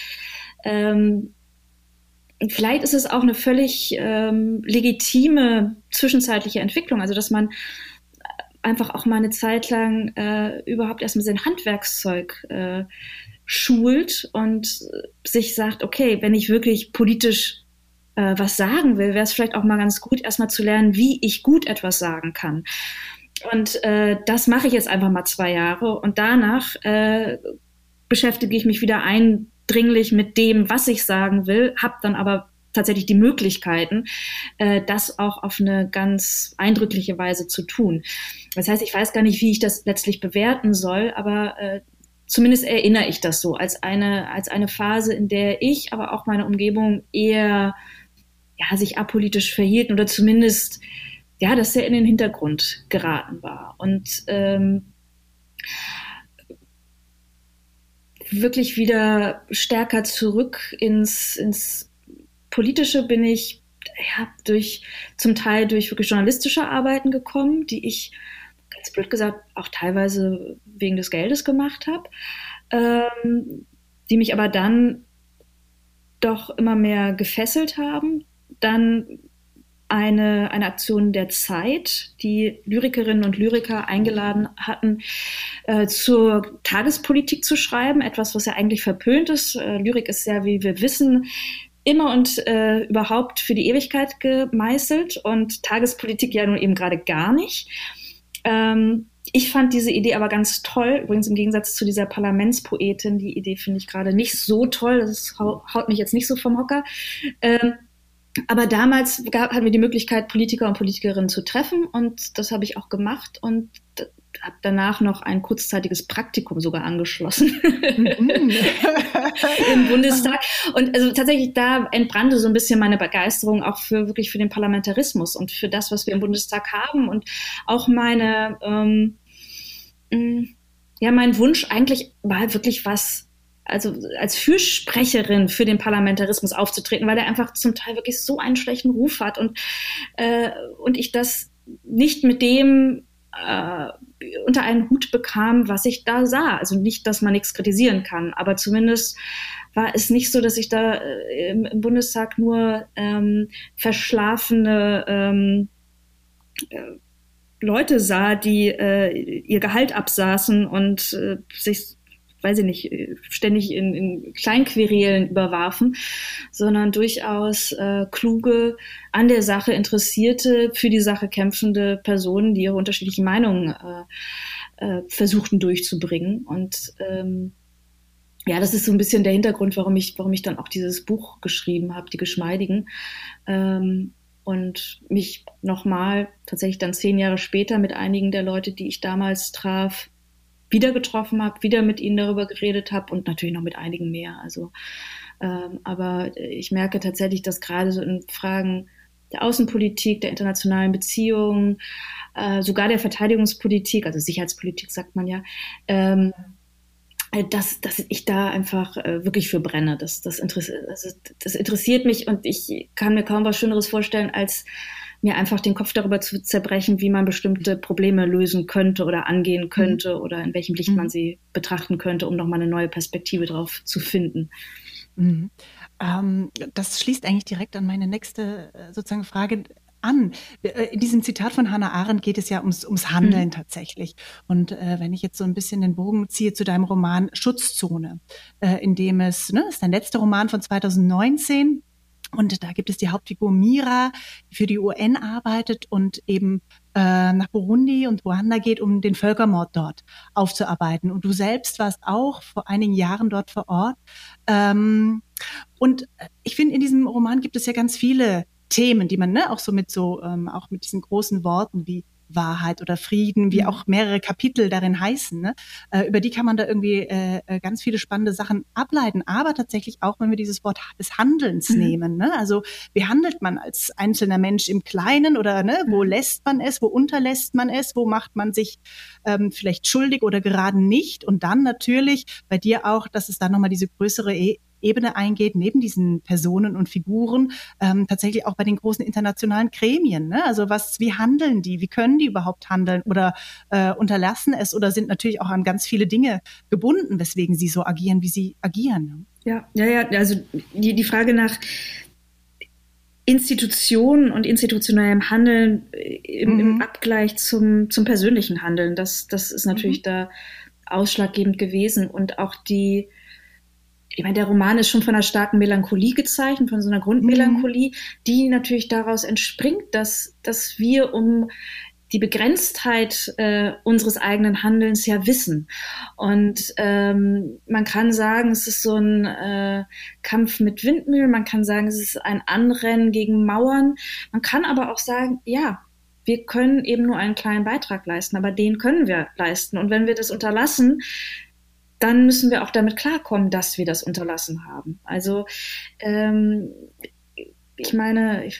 vielleicht ist es auch eine völlig legitime zwischenzeitliche Entwicklung, also dass man einfach auch mal eine Zeit lang überhaupt erstmal sein Handwerkszeug schult und sich sagt, okay, wenn ich wirklich politisch was sagen will, wäre es vielleicht auch mal ganz gut, erstmal zu lernen, wie ich gut etwas sagen kann. Und das mache ich jetzt einfach mal 2 Jahre und danach beschäftige ich mich wieder eindringlich mit dem, was ich sagen will, habe dann aber tatsächlich die Möglichkeiten, das auch auf eine ganz eindrückliche Weise zu tun. Das heißt, ich weiß gar nicht, wie ich das letztlich bewerten soll, aber zumindest erinnere ich das so als eine Phase, in der ich, aber auch meine Umgebung eher ja, sich apolitisch verhielten oder zumindest ja, dass er in den Hintergrund geraten war. Und wirklich wieder stärker zurück ins Politische bin ich ja, zum Teil durch wirklich journalistische Arbeiten gekommen, die ich, ganz blöd gesagt, auch teilweise wegen des Geldes gemacht habe, die mich aber dann doch immer mehr gefesselt haben. Dann eine Aktion der Zeit, die Lyrikerinnen und Lyriker eingeladen hatten, zur Tagespolitik zu schreiben, etwas, was ja eigentlich verpönt ist. Lyrik ist ja, wie wir wissen, immer und überhaupt für die Ewigkeit gemeißelt und Tagespolitik ja nun eben gerade gar nicht. Ich fand diese Idee aber ganz toll, übrigens im Gegensatz zu dieser Parlamentspoetin, die Idee finde ich gerade nicht so toll, das haut mich jetzt nicht so vom Hocker. Aber damals hatten wir die Möglichkeit, Politiker und Politikerinnen zu treffen und das habe ich auch gemacht und habe danach noch ein kurzzeitiges Praktikum sogar angeschlossen im Bundestag. Und also tatsächlich da entbrannte so ein bisschen meine Begeisterung auch wirklich für den Parlamentarismus und für das, was wir im Bundestag haben und auch mein Wunsch eigentlich war wirklich also als Fürsprecherin für den Parlamentarismus aufzutreten, weil er einfach zum Teil wirklich so einen schlechten Ruf hat und ich das nicht mit dem unter einen Hut bekam, was ich da sah. Also nicht, dass man nichts kritisieren kann, aber zumindest war es nicht so, dass ich da im Bundestag nur verschlafene Leute sah, die ihr Gehalt absaßen und sich, weiß ich nicht, ständig in Kleinquerelen überwarfen, sondern durchaus kluge, an der Sache interessierte, für die Sache kämpfende Personen, die ihre unterschiedlichen Meinungen versuchten durchzubringen. Und ja, das ist so ein bisschen der Hintergrund, warum ich dann auch dieses Buch geschrieben habe, Die Geschmeidigen. Und mich nochmal tatsächlich dann 10 Jahre später mit einigen der Leute, die ich damals traf, wieder getroffen habe, wieder mit ihnen darüber geredet habe und natürlich noch mit einigen mehr. Also, aber ich merke tatsächlich, dass gerade so in Fragen der Außenpolitik, der internationalen Beziehungen, sogar der Verteidigungspolitik, also Sicherheitspolitik sagt man ja, dass ich da einfach wirklich für brenne. Das interessiert mich und ich kann mir kaum was Schöneres vorstellen, als mir einfach den Kopf darüber zu zerbrechen, wie man bestimmte Probleme lösen könnte oder angehen könnte oder in welchem Licht man sie betrachten könnte, um nochmal eine neue Perspektive drauf zu finden. Mhm. Das schließt eigentlich direkt an meine nächste sozusagen Frage an. In diesem Zitat von Hannah Arendt geht es ja ums Handeln tatsächlich. Und wenn ich jetzt so ein bisschen den Bogen ziehe zu deinem Roman Schutzzone, in dem ist dein letzter Roman von 2019. Und da gibt es die Hauptfigur Mira, die für die UN arbeitet und eben nach Burundi und Ruanda geht, um den Völkermord dort aufzuarbeiten. Und du selbst warst auch vor einigen Jahren dort vor Ort. Und ich finde, in diesem Roman gibt es ja ganz viele Themen, die man auch so auch mit diesen großen Worten wie Wahrheit oder Frieden, wie auch mehrere Kapitel darin heißen, über die kann man da irgendwie ganz viele spannende Sachen ableiten. Aber tatsächlich auch, wenn wir dieses Wort des Handelns nehmen, also wie handelt man als einzelner Mensch im Kleinen oder wo lässt man es, wo unterlässt man es, wo macht man sich vielleicht schuldig oder gerade nicht? Und dann natürlich bei dir auch, dass es da nochmal diese größere Ebene eingeht, neben diesen Personen und Figuren, tatsächlich auch bei den großen internationalen Gremien. Also wie handeln die? Wie können die überhaupt handeln oder unterlassen es oder sind natürlich auch an ganz viele Dinge gebunden, weswegen sie so agieren, wie sie agieren? Ja, also die Frage nach Institutionen und institutionellem Handeln im Abgleich zum persönlichen Handeln, das ist natürlich da ausschlaggebend gewesen. Und auch ich meine, der Roman ist schon von einer starken Melancholie gezeichnet, von so einer Grundmelancholie, die natürlich daraus entspringt, dass wir um die Begrenztheit unseres eigenen Handelns ja wissen. Und man kann sagen, es ist so ein Kampf mit Windmühlen, man kann sagen, es ist ein Anrennen gegen Mauern, man kann aber auch sagen, ja, wir können eben nur einen kleinen Beitrag leisten, aber den können wir leisten. Und wenn wir das unterlassen, dann müssen wir auch damit klarkommen, dass wir das unterlassen haben. Also ich meine,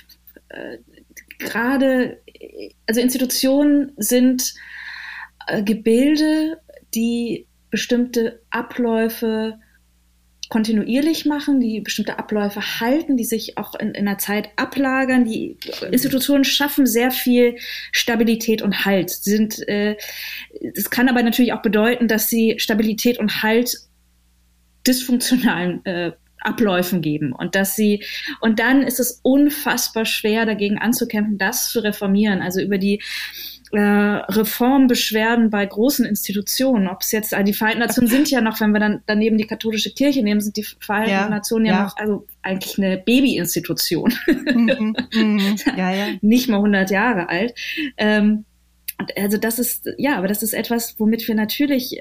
also Institutionen sind Gebilde, die bestimmte Abläufe kontinuierlich machen, die bestimmte Abläufe halten, die sich auch in einer Zeit ablagern. Die Institutionen schaffen sehr viel Stabilität und Halt. Das kann aber natürlich auch bedeuten, dass sie Stabilität und Halt dysfunktionalen Abläufen geben und dann ist es unfassbar schwer, dagegen anzukämpfen, das zu reformieren. Also über die Reformbeschwerden bei großen Institutionen, ob es jetzt, die Vereinten Nationen sind ja noch, wenn wir dann daneben die katholische Kirche nehmen, sind die Vereinten Nationen ja noch, also eigentlich eine Baby-Institution. Nicht mal 100 Jahre alt. Also das ist, aber das ist etwas, womit wir natürlich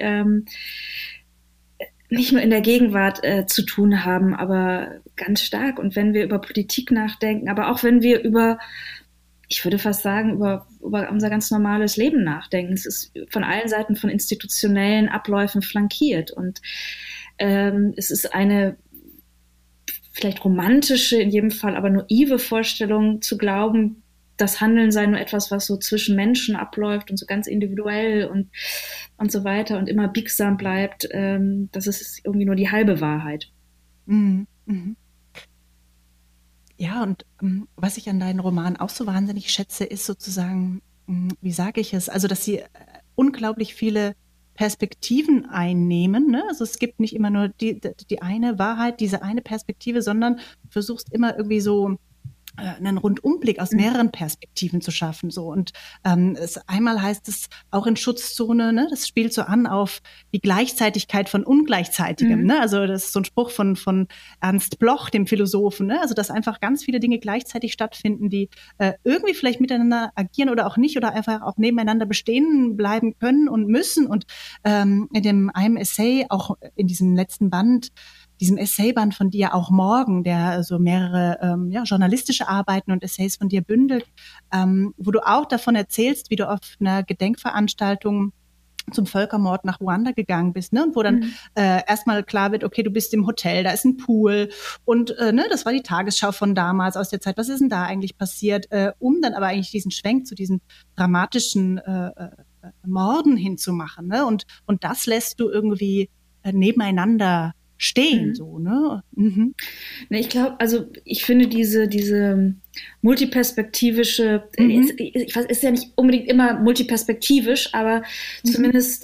nicht nur in der Gegenwart zu tun haben, aber ganz stark. Und wenn wir über Politik nachdenken, aber auch wenn wir ich würde fast sagen, über unser ganz normales Leben nachdenken. Es ist von allen Seiten von institutionellen Abläufen flankiert. Und es ist eine vielleicht romantische, in jedem Fall aber naive Vorstellung zu glauben, das Handeln sei nur etwas, was so zwischen Menschen abläuft und so ganz individuell und so weiter und immer biegsam bleibt. Das ist irgendwie nur die halbe Wahrheit. Ja, und was ich an deinen Roman auch so wahnsinnig schätze, ist sozusagen, wie sage ich es, also dass sie unglaublich viele Perspektiven einnehmen. Also es gibt nicht immer nur die eine Wahrheit, diese eine Perspektive, sondern du versuchst immer irgendwie so einen Rundumblick aus mehreren Perspektiven zu schaffen. So. Und einmal heißt es auch in Schutzzone, das spielt so an auf die Gleichzeitigkeit von Ungleichzeitigem. Also das ist so ein Spruch von Ernst Bloch, dem Philosophen. Also dass einfach ganz viele Dinge gleichzeitig stattfinden, die irgendwie vielleicht miteinander agieren oder auch nicht oder einfach auch nebeneinander bestehen bleiben können und müssen. Und in einem Essay, auch in diesem letzten Band, diesem Essayband von dir auch morgen, der so mehrere journalistische Arbeiten und Essays von dir bündelt, wo du auch davon erzählst, wie du auf einer Gedenkveranstaltung zum Völkermord nach Ruanda gegangen bist, und wo dann erstmal klar wird, okay, du bist im Hotel, da ist ein Pool und das war die Tagesschau von damals aus der Zeit. Was ist denn da eigentlich passiert? Um dann aber eigentlich diesen Schwenk zu diesen dramatischen Morden hinzumachen, Und das lässt du irgendwie nebeneinander stehen, so, ne? Mhm. Ne, ich glaube, also ich finde diese multiperspektivische, ich weiß, ist ja nicht unbedingt immer multiperspektivisch, aber zumindest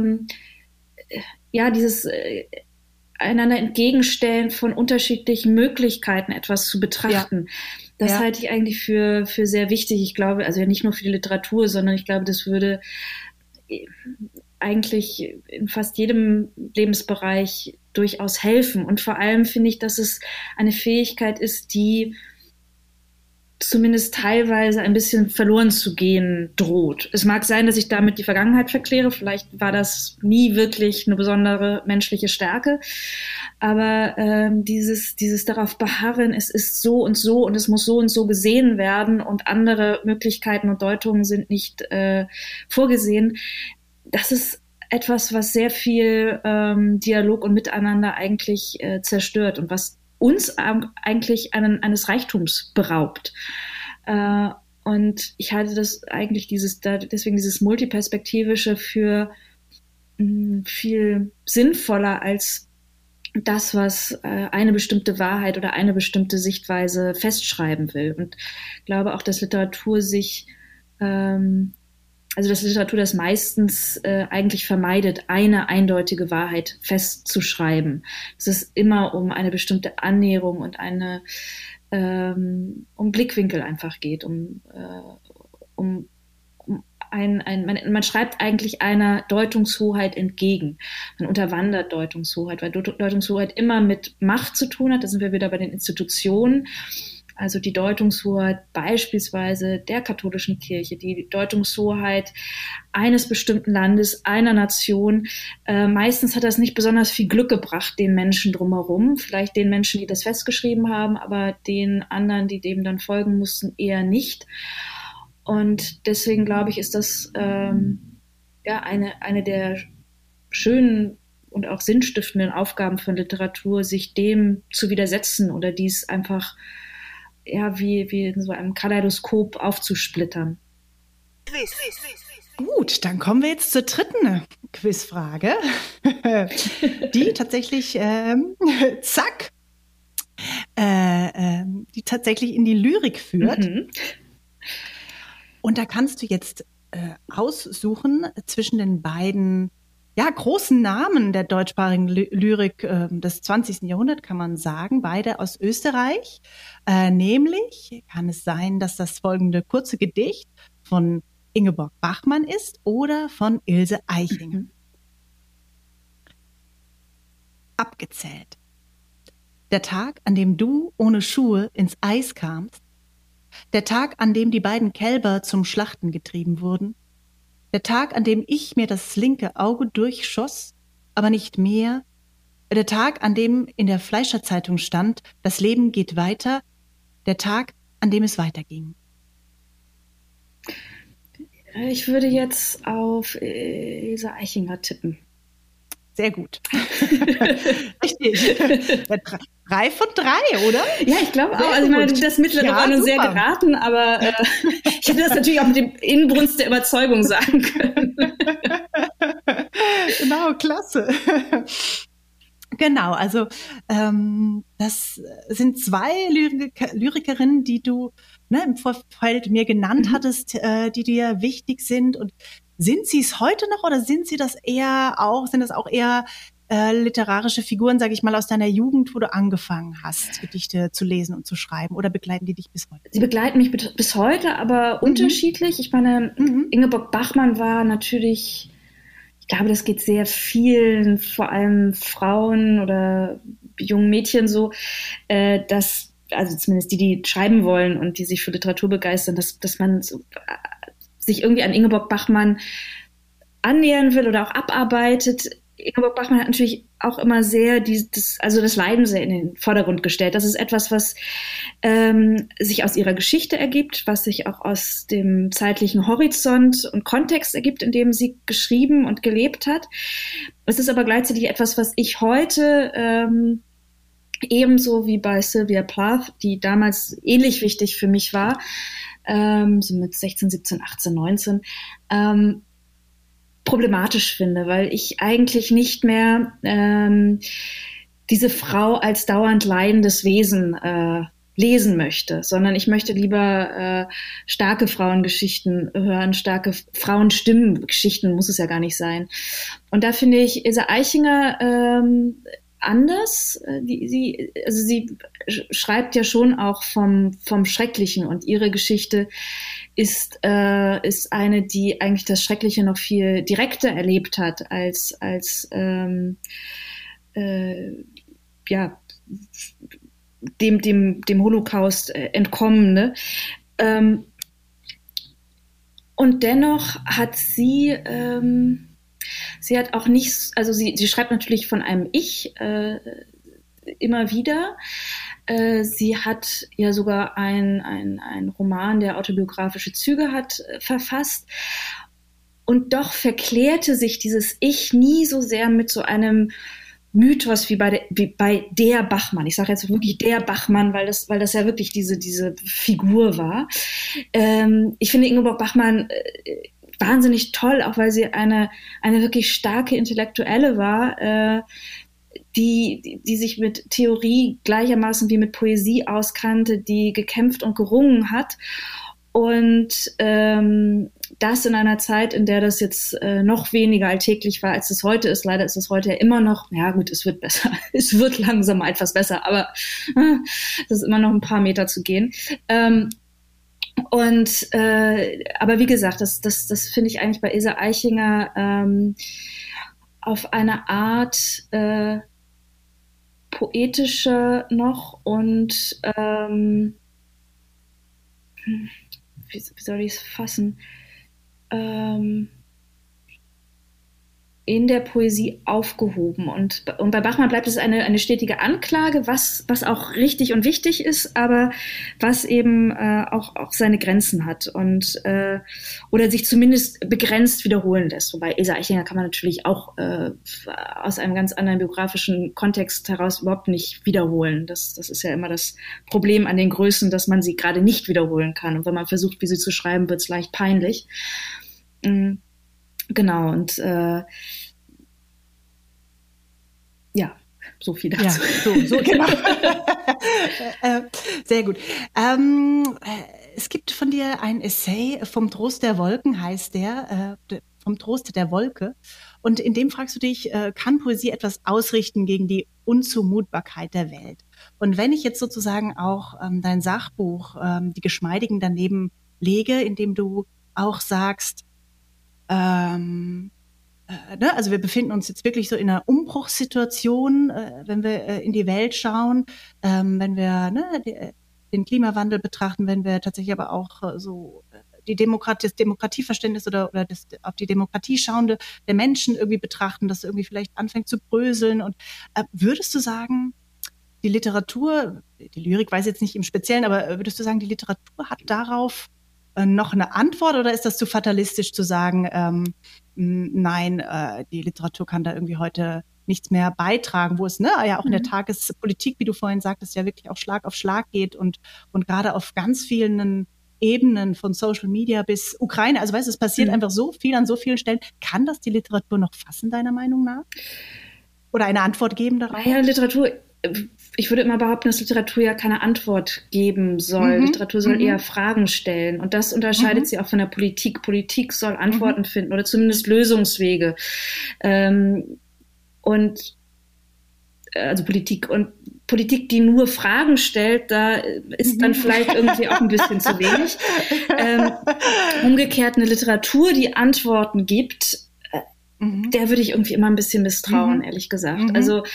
ja, dieses einander entgegenstellen von unterschiedlichen Möglichkeiten, etwas zu betrachten. Das halte ich eigentlich für sehr wichtig. Ich glaube, also ja nicht nur für die Literatur, sondern ich glaube, das würde eigentlich in fast jedem Lebensbereich durchaus helfen. Und vor allem finde ich, dass es eine Fähigkeit ist, die zumindest teilweise ein bisschen verloren zu gehen droht. Es mag sein, dass ich damit die Vergangenheit verkläre. Vielleicht war das nie wirklich eine besondere menschliche Stärke. Aber dieses darauf beharren, es ist so und es muss so und so gesehen werden und andere Möglichkeiten und Deutungen sind nicht vorgesehen, das ist etwas, was sehr viel Dialog und Miteinander eigentlich zerstört und was uns eigentlich eines Reichtums beraubt. Und ich halte das eigentlich deswegen dieses Multiperspektivische für viel sinnvoller als das, was eine bestimmte Wahrheit oder eine bestimmte Sichtweise festschreiben will. Und ich glaube auch, dass Literatur das meistens eigentlich vermeidet, eine eindeutige Wahrheit festzuschreiben. Dass es immer um eine bestimmte Annäherung und um Blickwinkel einfach geht, man schreibt eigentlich einer Deutungshoheit entgegen. Man unterwandert Deutungshoheit, weil Deutungshoheit immer mit Macht zu tun hat. Da sind wir wieder bei den Institutionen. Also die Deutungshoheit beispielsweise der katholischen Kirche, die Deutungshoheit eines bestimmten Landes, einer Nation. Meistens hat das nicht besonders viel Glück gebracht, den Menschen drumherum. Vielleicht den Menschen, die das festgeschrieben haben, aber den anderen, die dem dann folgen mussten, eher nicht. Und deswegen glaube ich, ist das eine der schönen und auch sinnstiftenden Aufgaben von Literatur, sich dem zu widersetzen oder dies einfach wie in so einem Kaleidoskop aufzusplittern. Gut, dann kommen wir jetzt zur dritten Quizfrage, die tatsächlich die tatsächlich in die Lyrik führt. Mhm. Und da kannst du jetzt aussuchen zwischen den beiden großen Namen der deutschsprachigen Lyrik des 20. Jahrhunderts, kann man sagen, beide aus Österreich. Nämlich kann es sein, dass das folgende kurze Gedicht von Ingeborg Bachmann ist oder von Ilse Aichinger. Mhm. Abgezählt. Der Tag, an dem du ohne Schuhe ins Eis kamst. Der Tag, an dem die beiden Kälber zum Schlachten getrieben wurden. Der Tag, an dem ich mir das linke Auge durchschoss, aber nicht mehr. Der Tag, an dem in der Fleischerzeitung stand, das Leben geht weiter. Der Tag, an dem es weiterging. Ich würde jetzt auf Ilse Aichinger tippen. Sehr gut. Richtig. 3 von 3, oder? Ja, ich glaube auch. Also ich meine, das mittlere war nun sehr geraten, aber ich hätte das natürlich auch mit dem Inbrunst der Überzeugung sagen können. Genau, klasse. Genau, also das sind 2 Lyrikerinnen, die du im Vorfeld mir genannt hattest, die dir wichtig sind. Und sind sie es heute noch oder sind das auch eher literarische Figuren, sage ich mal, aus deiner Jugend, wo du angefangen hast, Gedichte zu lesen und zu schreiben, oder begleiten die dich bis heute? Sie begleiten mich bis heute, aber unterschiedlich. Ich meine, Ingeborg Bachmann war natürlich, ich glaube, das geht sehr vielen, vor allem Frauen oder jungen Mädchen so, dass, also zumindest die schreiben wollen und die sich für Literatur begeistern, dass man sich irgendwie an Ingeborg Bachmann annähern will oder auch abarbeitet. Ingeborg Bachmann hat natürlich auch immer sehr das Leiden sehr in den Vordergrund gestellt. Das ist etwas, was sich aus ihrer Geschichte ergibt, was sich auch aus dem zeitlichen Horizont und Kontext ergibt, in dem sie geschrieben und gelebt hat. Es ist aber gleichzeitig etwas, was ich heute ebenso wie bei Sylvia Plath, die damals ähnlich wichtig für mich war, so mit 16, 17, 18, 19, problematisch finde, weil ich eigentlich nicht mehr diese Frau als dauernd leidendes Wesen lesen möchte, sondern ich möchte lieber starke Frauengeschichten hören, starke Frauenstimmengeschichten, muss es ja gar nicht sein. Und da finde ich Ilse Aichinger anders. Sie schreibt ja schon auch vom Schrecklichen, und ihre Geschichte ist eine, die eigentlich das Schreckliche noch viel direkter erlebt hat als dem Holocaust entkommene. Und dennoch hat sie hat auch nichts, also sie schreibt natürlich von einem Ich immer wieder. Sie hat ja sogar ein Roman, der autobiografische Züge hat, verfasst. Und doch verklärte sich dieses Ich nie so sehr mit so einem Mythos wie bei der Bachmann. Ich sage jetzt wirklich der Bachmann, weil das ja wirklich diese Figur war. Ich finde Ingeborg Bachmann wahnsinnig toll, auch weil sie eine wirklich starke Intellektuelle war, die sich mit Theorie gleichermaßen wie mit Poesie auskannte, die gekämpft und gerungen hat. Und das in einer Zeit, in der das jetzt noch weniger alltäglich war, als es heute ist. Leider ist es heute ja immer noch, ja gut, es wird besser. Es wird langsam etwas besser, aber es ist immer noch ein paar Meter zu gehen. Aber wie gesagt, das finde ich eigentlich bei Ilse Aichinger auf eine Art poetischer noch und wie soll ich es fassen? In der Poesie aufgehoben. Und bei Bachmann bleibt es eine stetige Anklage, was auch richtig und wichtig ist, aber was eben auch seine Grenzen hat und oder sich zumindest begrenzt wiederholen lässt. Wobei Ilse Aichinger kann man natürlich auch aus einem ganz anderen biografischen Kontext heraus überhaupt nicht wiederholen. Das ist ja immer das Problem an den Größen, dass man sie gerade nicht wiederholen kann. Und wenn man versucht, wie sie zu schreiben, wird es leicht peinlich. Genau, und so viel dazu. Ja, so genau. Sehr gut. Es gibt von dir ein Essay, Vom Trost der Wolken heißt der, vom Trost der Wolke. Und in dem fragst du dich, kann Poesie etwas ausrichten gegen die Unzumutbarkeit der Welt? Und wenn ich jetzt sozusagen auch dein Sachbuch, Die Geschmeidigen, daneben lege, in dem du auch sagst, also wir befinden uns jetzt wirklich so in einer Umbruchssituation, wenn wir in die Welt schauen, wenn wir den Klimawandel betrachten, wenn wir tatsächlich aber auch so das Demokratieverständnis oder auf die Demokratie schauende der Menschen irgendwie betrachten, das irgendwie vielleicht anfängt zu bröseln. Und würdest du sagen, die Literatur, die Lyrik weiß ich jetzt nicht im Speziellen, aber würdest du sagen, die Literatur hat darauf noch eine Antwort, oder ist das zu fatalistisch zu sagen, nein, die Literatur kann da irgendwie heute nichts mehr beitragen, wo es ja auch in der Tagespolitik, wie du vorhin sagtest, ja wirklich auch Schlag auf Schlag geht und gerade auf ganz vielen Ebenen von Social Media bis Ukraine, also weißt du, es passiert einfach so viel an so vielen Stellen. Kann das die Literatur noch fassen, deiner Meinung nach? Oder eine Antwort geben darauf? Ja, Literatur, ich würde immer behaupten, dass Literatur ja keine Antwort geben soll. Literatur soll eher Fragen stellen. Und das unterscheidet sie auch von der Politik. Politik soll Antworten finden oder zumindest Lösungswege. Also Politik. Und Politik, die nur Fragen stellt, da ist dann vielleicht irgendwie auch ein bisschen zu wenig. Umgekehrt eine Literatur, die Antworten gibt, der würde ich irgendwie immer ein bisschen misstrauen, ehrlich gesagt. Also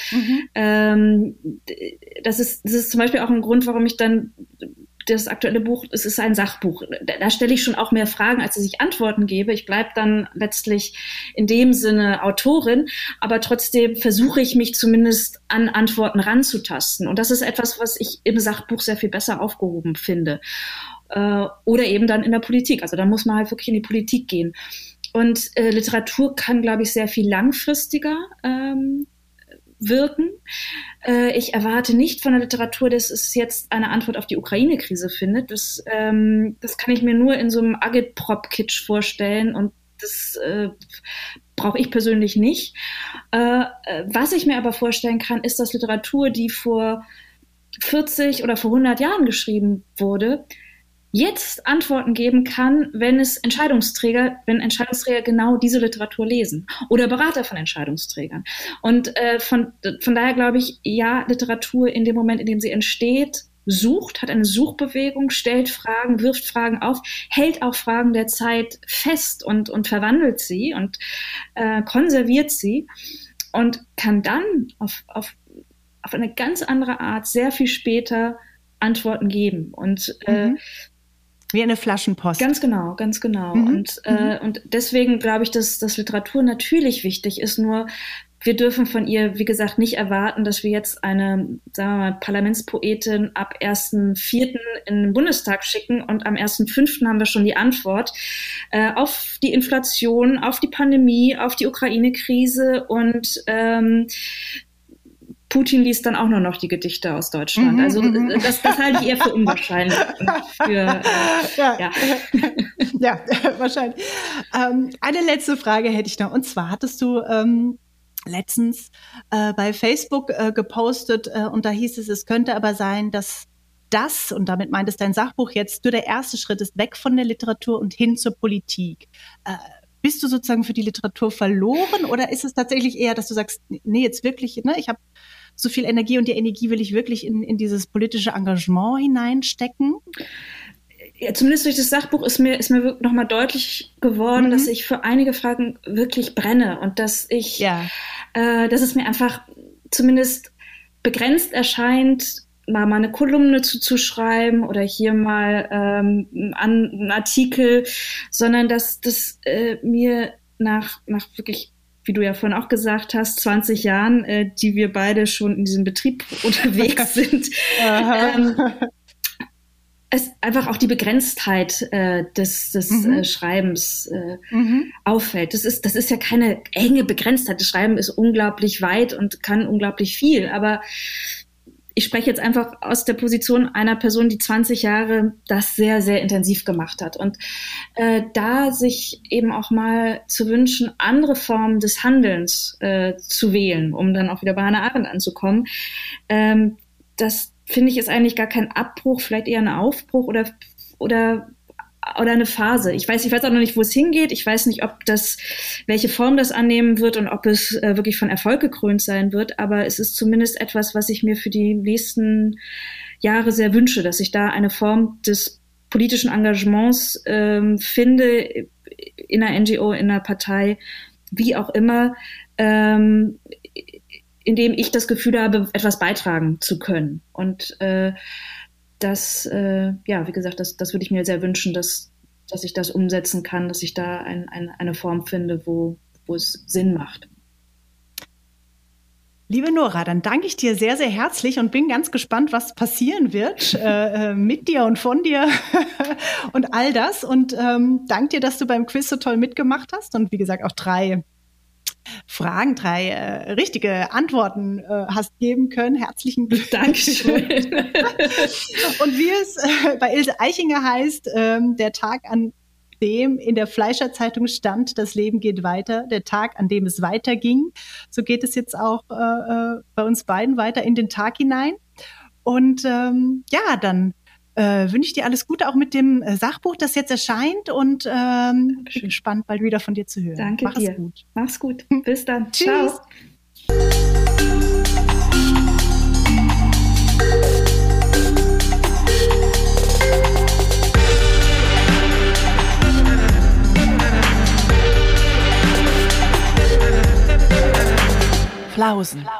das ist zum Beispiel auch ein Grund, warum ich dann das aktuelle Buch, es ist ein Sachbuch, da stelle ich schon auch mehr Fragen, als dass ich Antworten gebe. Ich bleibe dann letztlich in dem Sinne Autorin, aber trotzdem versuche ich mich zumindest an Antworten ranzutasten. Und das ist etwas, was ich im Sachbuch sehr viel besser aufgehoben finde. Oder eben dann in der Politik. Also da muss man halt wirklich in die Politik gehen. Und Literatur kann, glaube ich, sehr viel langfristiger wirken. Ich erwarte nicht von der Literatur, dass es jetzt eine Antwort auf die Ukraine-Krise findet. Das kann ich mir nur in so einem Agitprop-Kitsch vorstellen. Und das brauche ich persönlich nicht. Was ich mir aber vorstellen kann, ist, dass Literatur, die vor 40 oder vor 100 Jahren geschrieben wurde, jetzt Antworten geben kann, wenn Entscheidungsträger genau diese Literatur lesen oder Berater von Entscheidungsträgern. Und von daher glaube ich, ja, Literatur in dem Moment, in dem sie entsteht, sucht, hat eine Suchbewegung, stellt Fragen, wirft Fragen auf, hält auch Fragen der Zeit fest und verwandelt sie und konserviert sie und kann dann auf eine ganz andere Art sehr viel später Antworten geben. Und wie eine Flaschenpost. Ganz genau. Und deswegen glaube ich, dass Literatur natürlich wichtig ist, nur wir dürfen von ihr, wie gesagt, nicht erwarten, dass wir jetzt eine, sagen wir mal, Parlamentspoetin ab 1.4. in den Bundestag schicken und am 1.5. haben wir schon die Antwort auf die Inflation, auf die Pandemie, auf die Ukraine-Krise und Putin liest dann auch nur noch die Gedichte aus Deutschland. Also das halte ich eher für unwahrscheinlich. Ja, wahrscheinlich. Eine letzte Frage hätte ich noch. Und zwar hattest du letztens bei Facebook gepostet und da hieß es könnte aber sein, dass das, und damit meint es dein Sachbuch jetzt, nur der erste Schritt ist, weg von der Literatur und hin zur Politik. Bist du sozusagen für die Literatur verloren oder ist es tatsächlich eher, dass du sagst, nee, jetzt wirklich, ne, ich habe so viel Energie und die Energie will ich wirklich in dieses politische Engagement hineinstecken? Ja, zumindest durch das Sachbuch ist mir nochmal deutlich geworden, dass ich für einige Fragen wirklich brenne und dass es mir einfach zumindest begrenzt erscheint, mal eine Kolumne zu schreiben oder hier mal einen Artikel, sondern dass das mir nach wirklich, wie du ja vorhin auch gesagt hast, 20 Jahren, die wir beide schon in diesem Betrieb unterwegs sind, es einfach auch die Begrenztheit des Schreibens auffällt. Das ist ja keine enge Begrenztheit. Das Schreiben ist unglaublich weit und kann unglaublich viel, aber ich spreche jetzt einfach aus der Position einer Person, die 20 Jahre das sehr, sehr intensiv gemacht hat. Und da sich eben auch mal zu wünschen, andere Formen des Handelns zu wählen, um dann auch wieder bei Hannah Arendt anzukommen, das finde ich ist eigentlich gar kein Abbruch, vielleicht eher ein Aufbruch oder eine Phase. Ich weiß auch noch nicht, wo es hingeht. Ich weiß nicht, welche Form das annehmen wird und ob es wirklich von Erfolg gekrönt sein wird. Aber es ist zumindest etwas, was ich mir für die nächsten Jahre sehr wünsche, dass ich da eine Form des politischen Engagements finde, in einer NGO, in einer Partei, wie auch immer, indem ich das Gefühl habe, etwas beitragen zu können. Und wie gesagt, das würde ich mir sehr wünschen, dass ich das umsetzen kann, dass ich da eine Form finde, wo es Sinn macht. Liebe Nora, dann danke ich dir sehr, sehr herzlich und bin ganz gespannt, was passieren wird mit dir und von dir und all das. Und danke dir, dass du beim Quiz so toll mitgemacht hast und wie gesagt auch 3 Fragen, 3 richtige Antworten hast geben können. Herzlichen Glückwunsch. Dankeschön. Und wie es bei Ilse Aichinger heißt, der Tag, an dem in der Fleischer Zeitung stand, das Leben geht weiter, der Tag, an dem es weiterging. So geht es jetzt auch bei uns beiden weiter in den Tag hinein. Und dann wünsche ich dir alles Gute auch mit dem Sachbuch, das jetzt erscheint und bin gespannt, bald wieder von dir zu hören. Danke dir. Gut. Mach's gut. Bis dann. Tschüss. Ciao. Flausen.